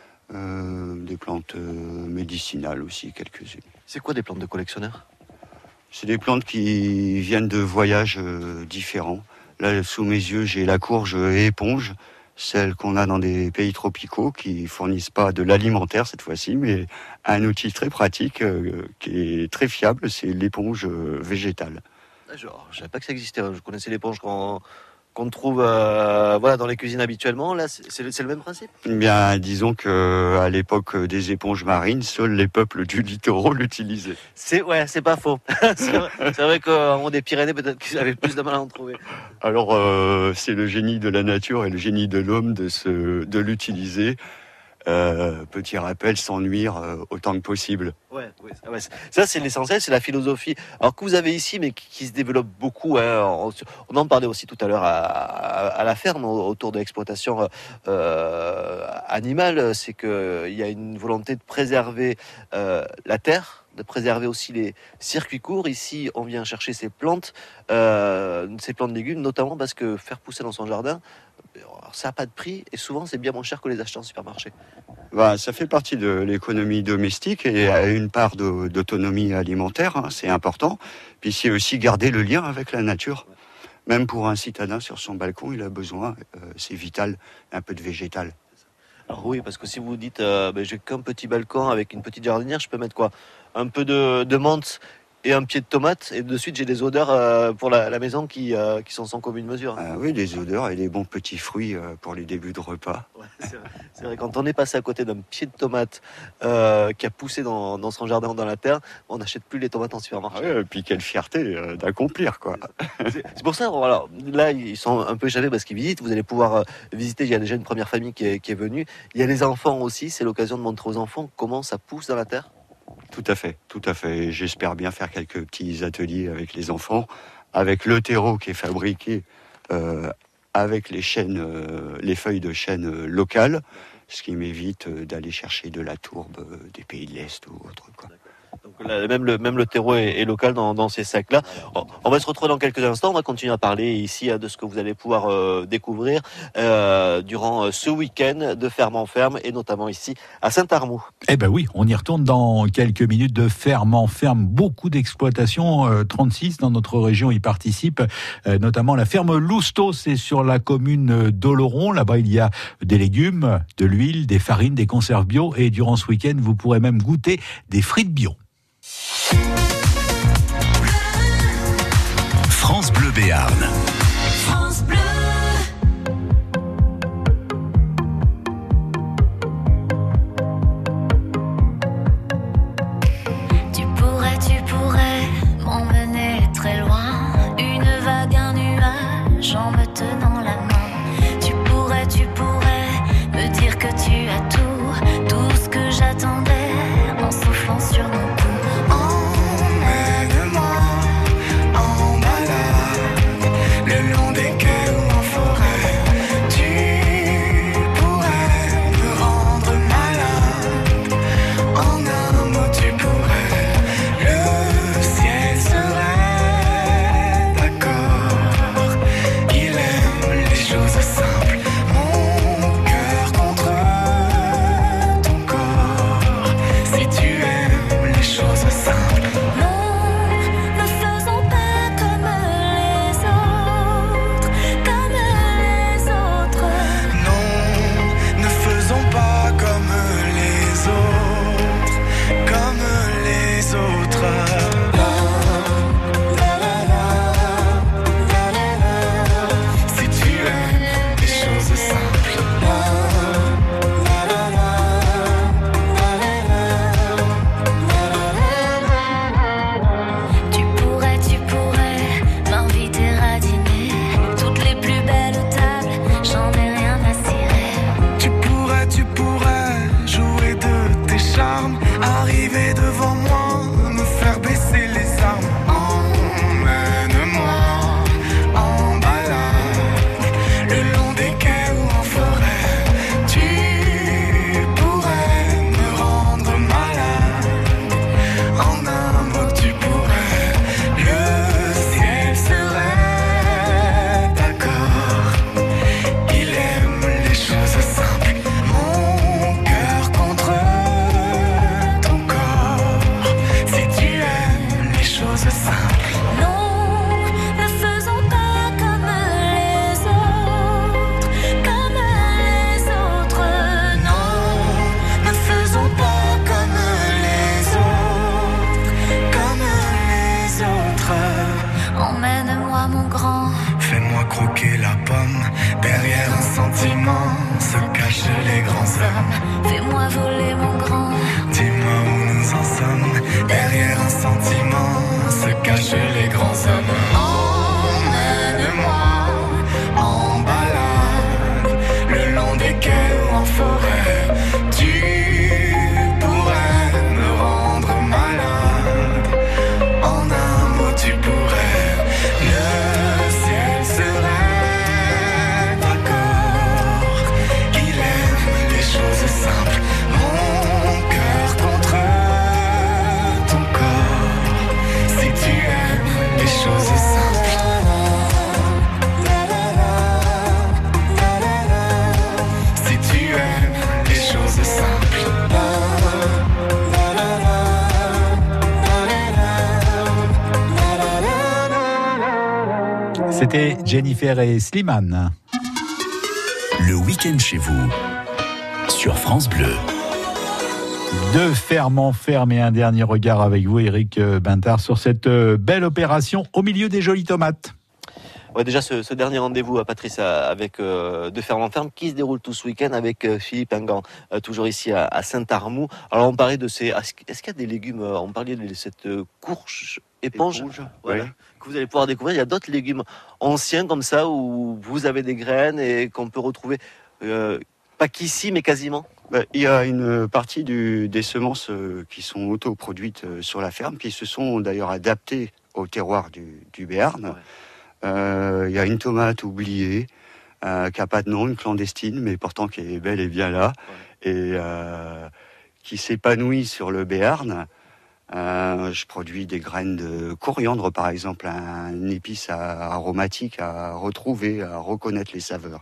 des plantes médicinales aussi, quelques-unes. C'est quoi des plantes de collectionneurs ? C'est des plantes qui viennent de voyages différents. Là, sous mes yeux, j'ai la courge éponge, celle qu'on a dans des pays tropicaux qui fournissent pas de l'alimentaire cette fois-ci, mais un outil très pratique qui est très fiable, c'est l'éponge végétale. Je savais pas que ça existait. Je connaissais l'éponge qu'on trouve dans les cuisines habituellement. Là, c'est le même principe ? Bien, disons que à l'époque des éponges marines, seuls les peuples du littoral l'utilisaient. C'est pas faux. c'est vrai qu'en haut des Pyrénées, peut-être qu'ils avaient plus de mal à en trouver. Alors, c'est le génie de la nature et le génie de l'homme de l'utiliser. Petit rappel, sans nuire autant que possible. Ouais, ça c'est l'essentiel, c'est la philosophie. Alors que vous avez ici, mais qui se développe beaucoup. On en parlait aussi tout à l'heure à la ferme autour de l'exploitation animale. C'est qu'il y a une volonté de préserver la terre, de préserver aussi les circuits courts. Ici, on vient chercher ces plantes de légumes, notamment parce que faire pousser dans son jardin, ça n'a pas de prix et souvent c'est bien moins cher que les acheter en supermarché. Ça fait partie de l'économie domestique et a une part d'autonomie alimentaire, c'est important. Puis c'est aussi garder le lien avec la nature. Même pour un citadin sur son balcon, il a besoin, c'est vital, un peu de végétal. Alors oui, parce que si vous dites j'ai qu'un petit balcon avec une petite jardinière, je peux mettre quoi ? Un peu de menthe et un pied de tomate, et de suite j'ai des odeurs pour la maison qui sont sans commune mesure. Oui, des odeurs et des bons petits fruits pour les débuts de repas. Ouais, c'est vrai, quand on est passé à côté d'un pied de tomate qui a poussé dans son jardin ou dans la terre, on n'achète plus les tomates en supermarché. Et puis quelle fierté d'accomplir, quoi. C'est pour ça, là ils sont un peu échappés parce qu'ils visitent, vous allez pouvoir visiter, il y a déjà une première famille qui est venue, il y a les enfants aussi, c'est l'occasion de montrer aux enfants comment ça pousse dans la terre. Tout à fait. J'espère bien faire quelques petits ateliers avec les enfants, avec le terreau qui est fabriqué avec les feuilles de chêne locales, ce qui m'évite d'aller chercher de la tourbe des pays de l'Est ou autre, quoi. Donc là, même le terreau est local dans ces sacs-là. On va se retrouver dans quelques instants. On va continuer à parler ici de ce que vous allez pouvoir découvrir durant ce week-end de ferme en ferme et notamment ici à Saint-Armoud. Eh ben oui, on y retourne dans quelques minutes de ferme en ferme. Beaucoup d'exploitations, 36 dans notre région y participent, notamment la ferme Lousteau, c'est sur la commune d'Oloron. Là-bas, il y a des légumes, de l'huile, des farines, des conserves bio et durant ce week-end, vous pourrez même goûter des frites bio. France Bleu Béarn. France Bleu. Tu pourrais m'emmener très loin. Une vague, un nuage en me tenant la main. Tu pourrais me dire que tu as tout ce que j'attendais en soufflant sur mon cou. Emmène-moi en balade. Fais-moi voler mon grand. Dis-moi où nous en sommes. Derrière un sentiment se cachent les grands hommes. Emmène-moi en balade, le long des quais ou en forêt. Tu pourrais me rendre malade. En un mot, tu pourrais. Le ciel serait d'accord. Il aime les choses simples. Mon cœur contre ton corps. Si tu aimes les choses simples. Si tu aimes les choses simples. C'était Jennifer et Slimane. Le week-end chez vous, sur France Bleu. De ferme en ferme et un dernier regard avec vous, Éric Bintard, sur cette belle opération au milieu des jolies tomates. Ouais, déjà ce dernier rendez-vous, Patrice, avec De Ferme en Ferme, qui se déroule tout ce week-end avec Philippe Engan, toujours ici à Saint-Armoux. Alors on parlait de ces... Est-ce qu'il y a des légumes, on parlait de cette courge éponge, voilà, oui, que vous allez pouvoir découvrir. Il y a d'autres légumes anciens comme ça, où vous avez des graines et qu'on peut retrouver, pas qu'ici, mais quasiment. Il y a une partie des semences qui sont autoproduites sur la ferme, qui se sont d'ailleurs adaptées au terroir du Béarn. Ouais. Il y a une tomate oubliée, qui n'a pas de nom, une clandestine, mais pourtant qui est bel et bien là, ouais, et qui s'épanouit sur le Béarn. Je produis des graines de coriandre, par exemple, une épice aromatique à retrouver, à reconnaître les saveurs.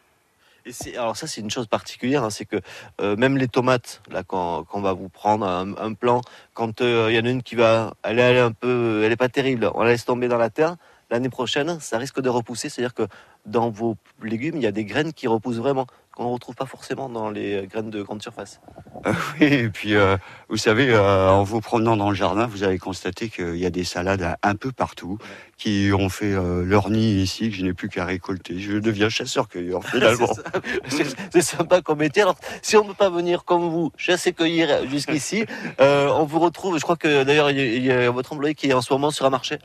Et alors ça, c'est une chose particulière, hein, c'est que même les tomates, là, quand va vous prendre un plant, quand il y en a une qui va, elle est pas terrible, on la laisse tomber dans la terre. L'année prochaine, ça risque de repousser, c'est-à-dire que dans vos légumes, il y a des graines qui repoussent vraiment, qu'on ne retrouve pas forcément dans les graines de grande surface. Oui, et puis vous savez, en vous promenant dans le jardin, vous allez constater qu'il y a des salades un peu partout, qui ont fait leur nid ici, que je n'ai plus qu'à récolter. Je deviens chasseur-cueilleur, finalement. C'est sympa comme métier. Alors, si on ne peut pas venir comme vous, chasser-cueillir jusqu'ici, on vous retrouve, je crois que d'ailleurs, il y a votre employé qui est en ce moment sur un marché.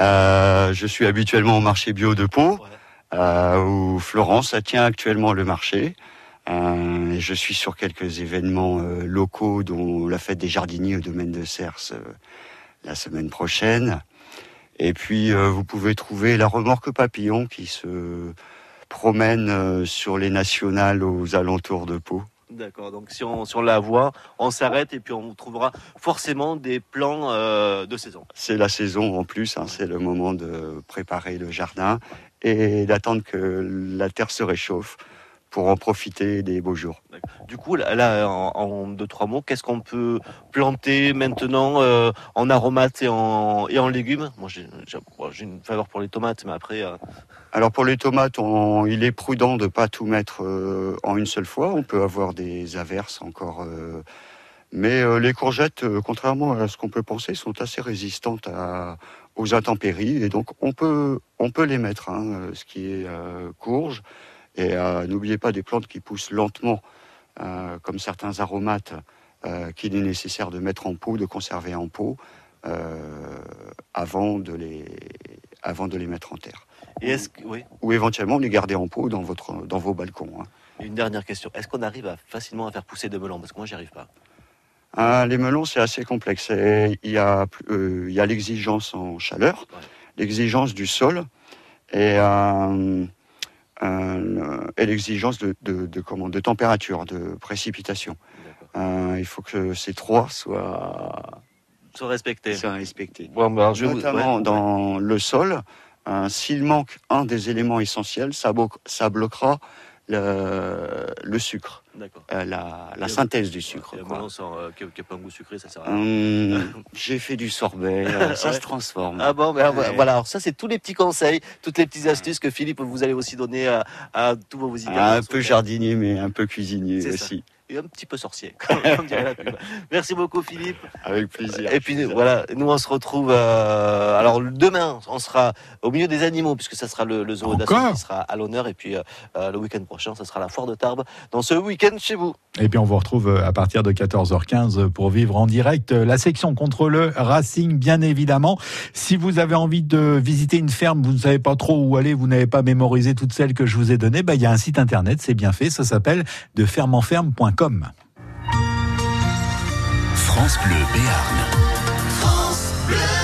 Je suis habituellement au marché bio de Pau, où Florence tient actuellement le marché. Je suis sur quelques événements locaux, dont la fête des jardiniers au domaine de Cers la semaine prochaine. Et puis vous pouvez trouver la remorque papillon qui se promène sur les nationales aux alentours de Pau. D'accord, donc si on la voit, on s'arrête et puis on trouvera forcément des plants de saison. C'est la saison en plus, hein, c'est le moment de préparer le jardin et d'attendre que la terre se réchauffe pour en profiter des beaux jours. Du coup, là en 2-3 mots, qu'est-ce qu'on peut planter maintenant en aromates et en légumes? Moi, j'ai une faveur pour les tomates, mais après... Alors pour les tomates, il est prudent de ne pas tout mettre en une seule fois. On peut avoir des averses encore. Mais les courgettes, contrairement à ce qu'on peut penser, sont assez résistantes aux intempéries. Et donc on peut les mettre, hein, ce qui est courge. Et n'oubliez pas des plantes qui poussent lentement, comme certains aromates qu'il est nécessaire de mettre en pot, de conserver en pot, avant de les mettre en terre. Et ou éventuellement les garder en pot dans vos balcons. Hein. Une dernière question. Est-ce qu'on arrive facilement à faire pousser des melons? Parce que moi, j'y arrive pas. Les melons, c'est assez complexe. Il y a l'exigence en chaleur, l'exigence du sol et l'exigence de température, de précipitation. Il faut que ces trois soient respectés. Bon, notamment dans le sol. S'il manque un des éléments essentiels, ça bloquera le sucre, la synthèse du sucre. Le melon qui n'a pas un goût sucré, ça sert à rien. J'ai fait du sorbet, ça se transforme. Ah bon, voilà, alors ça c'est tous les petits conseils, toutes les petites astuces que Philippe, vous allez aussi donner à tous vos visiteurs. Un peu jardinier, mais un peu cuisinier aussi. et un petit peu sorcier, comme dirait la pub. Merci beaucoup Philippe. Avec plaisir. Et puis voilà, nous on se retrouve. Alors demain, on sera au milieu des animaux puisque ça sera le zoo d'Asson qui sera à l'honneur. Et puis le week-end prochain, ça sera la foire de Tarbes dans ce week-end chez vous. Et puis on vous retrouve à partir de 14h15 pour vivre en direct la section contre le Racing, bien évidemment. Si vous avez envie de visiter une ferme, vous ne savez pas trop où aller, vous n'avez pas mémorisé toutes celles que je vous ai données, il y a un site internet, c'est bien fait, ça s'appelle defermeenferme.com. France Bleu Béarn. France Bleu.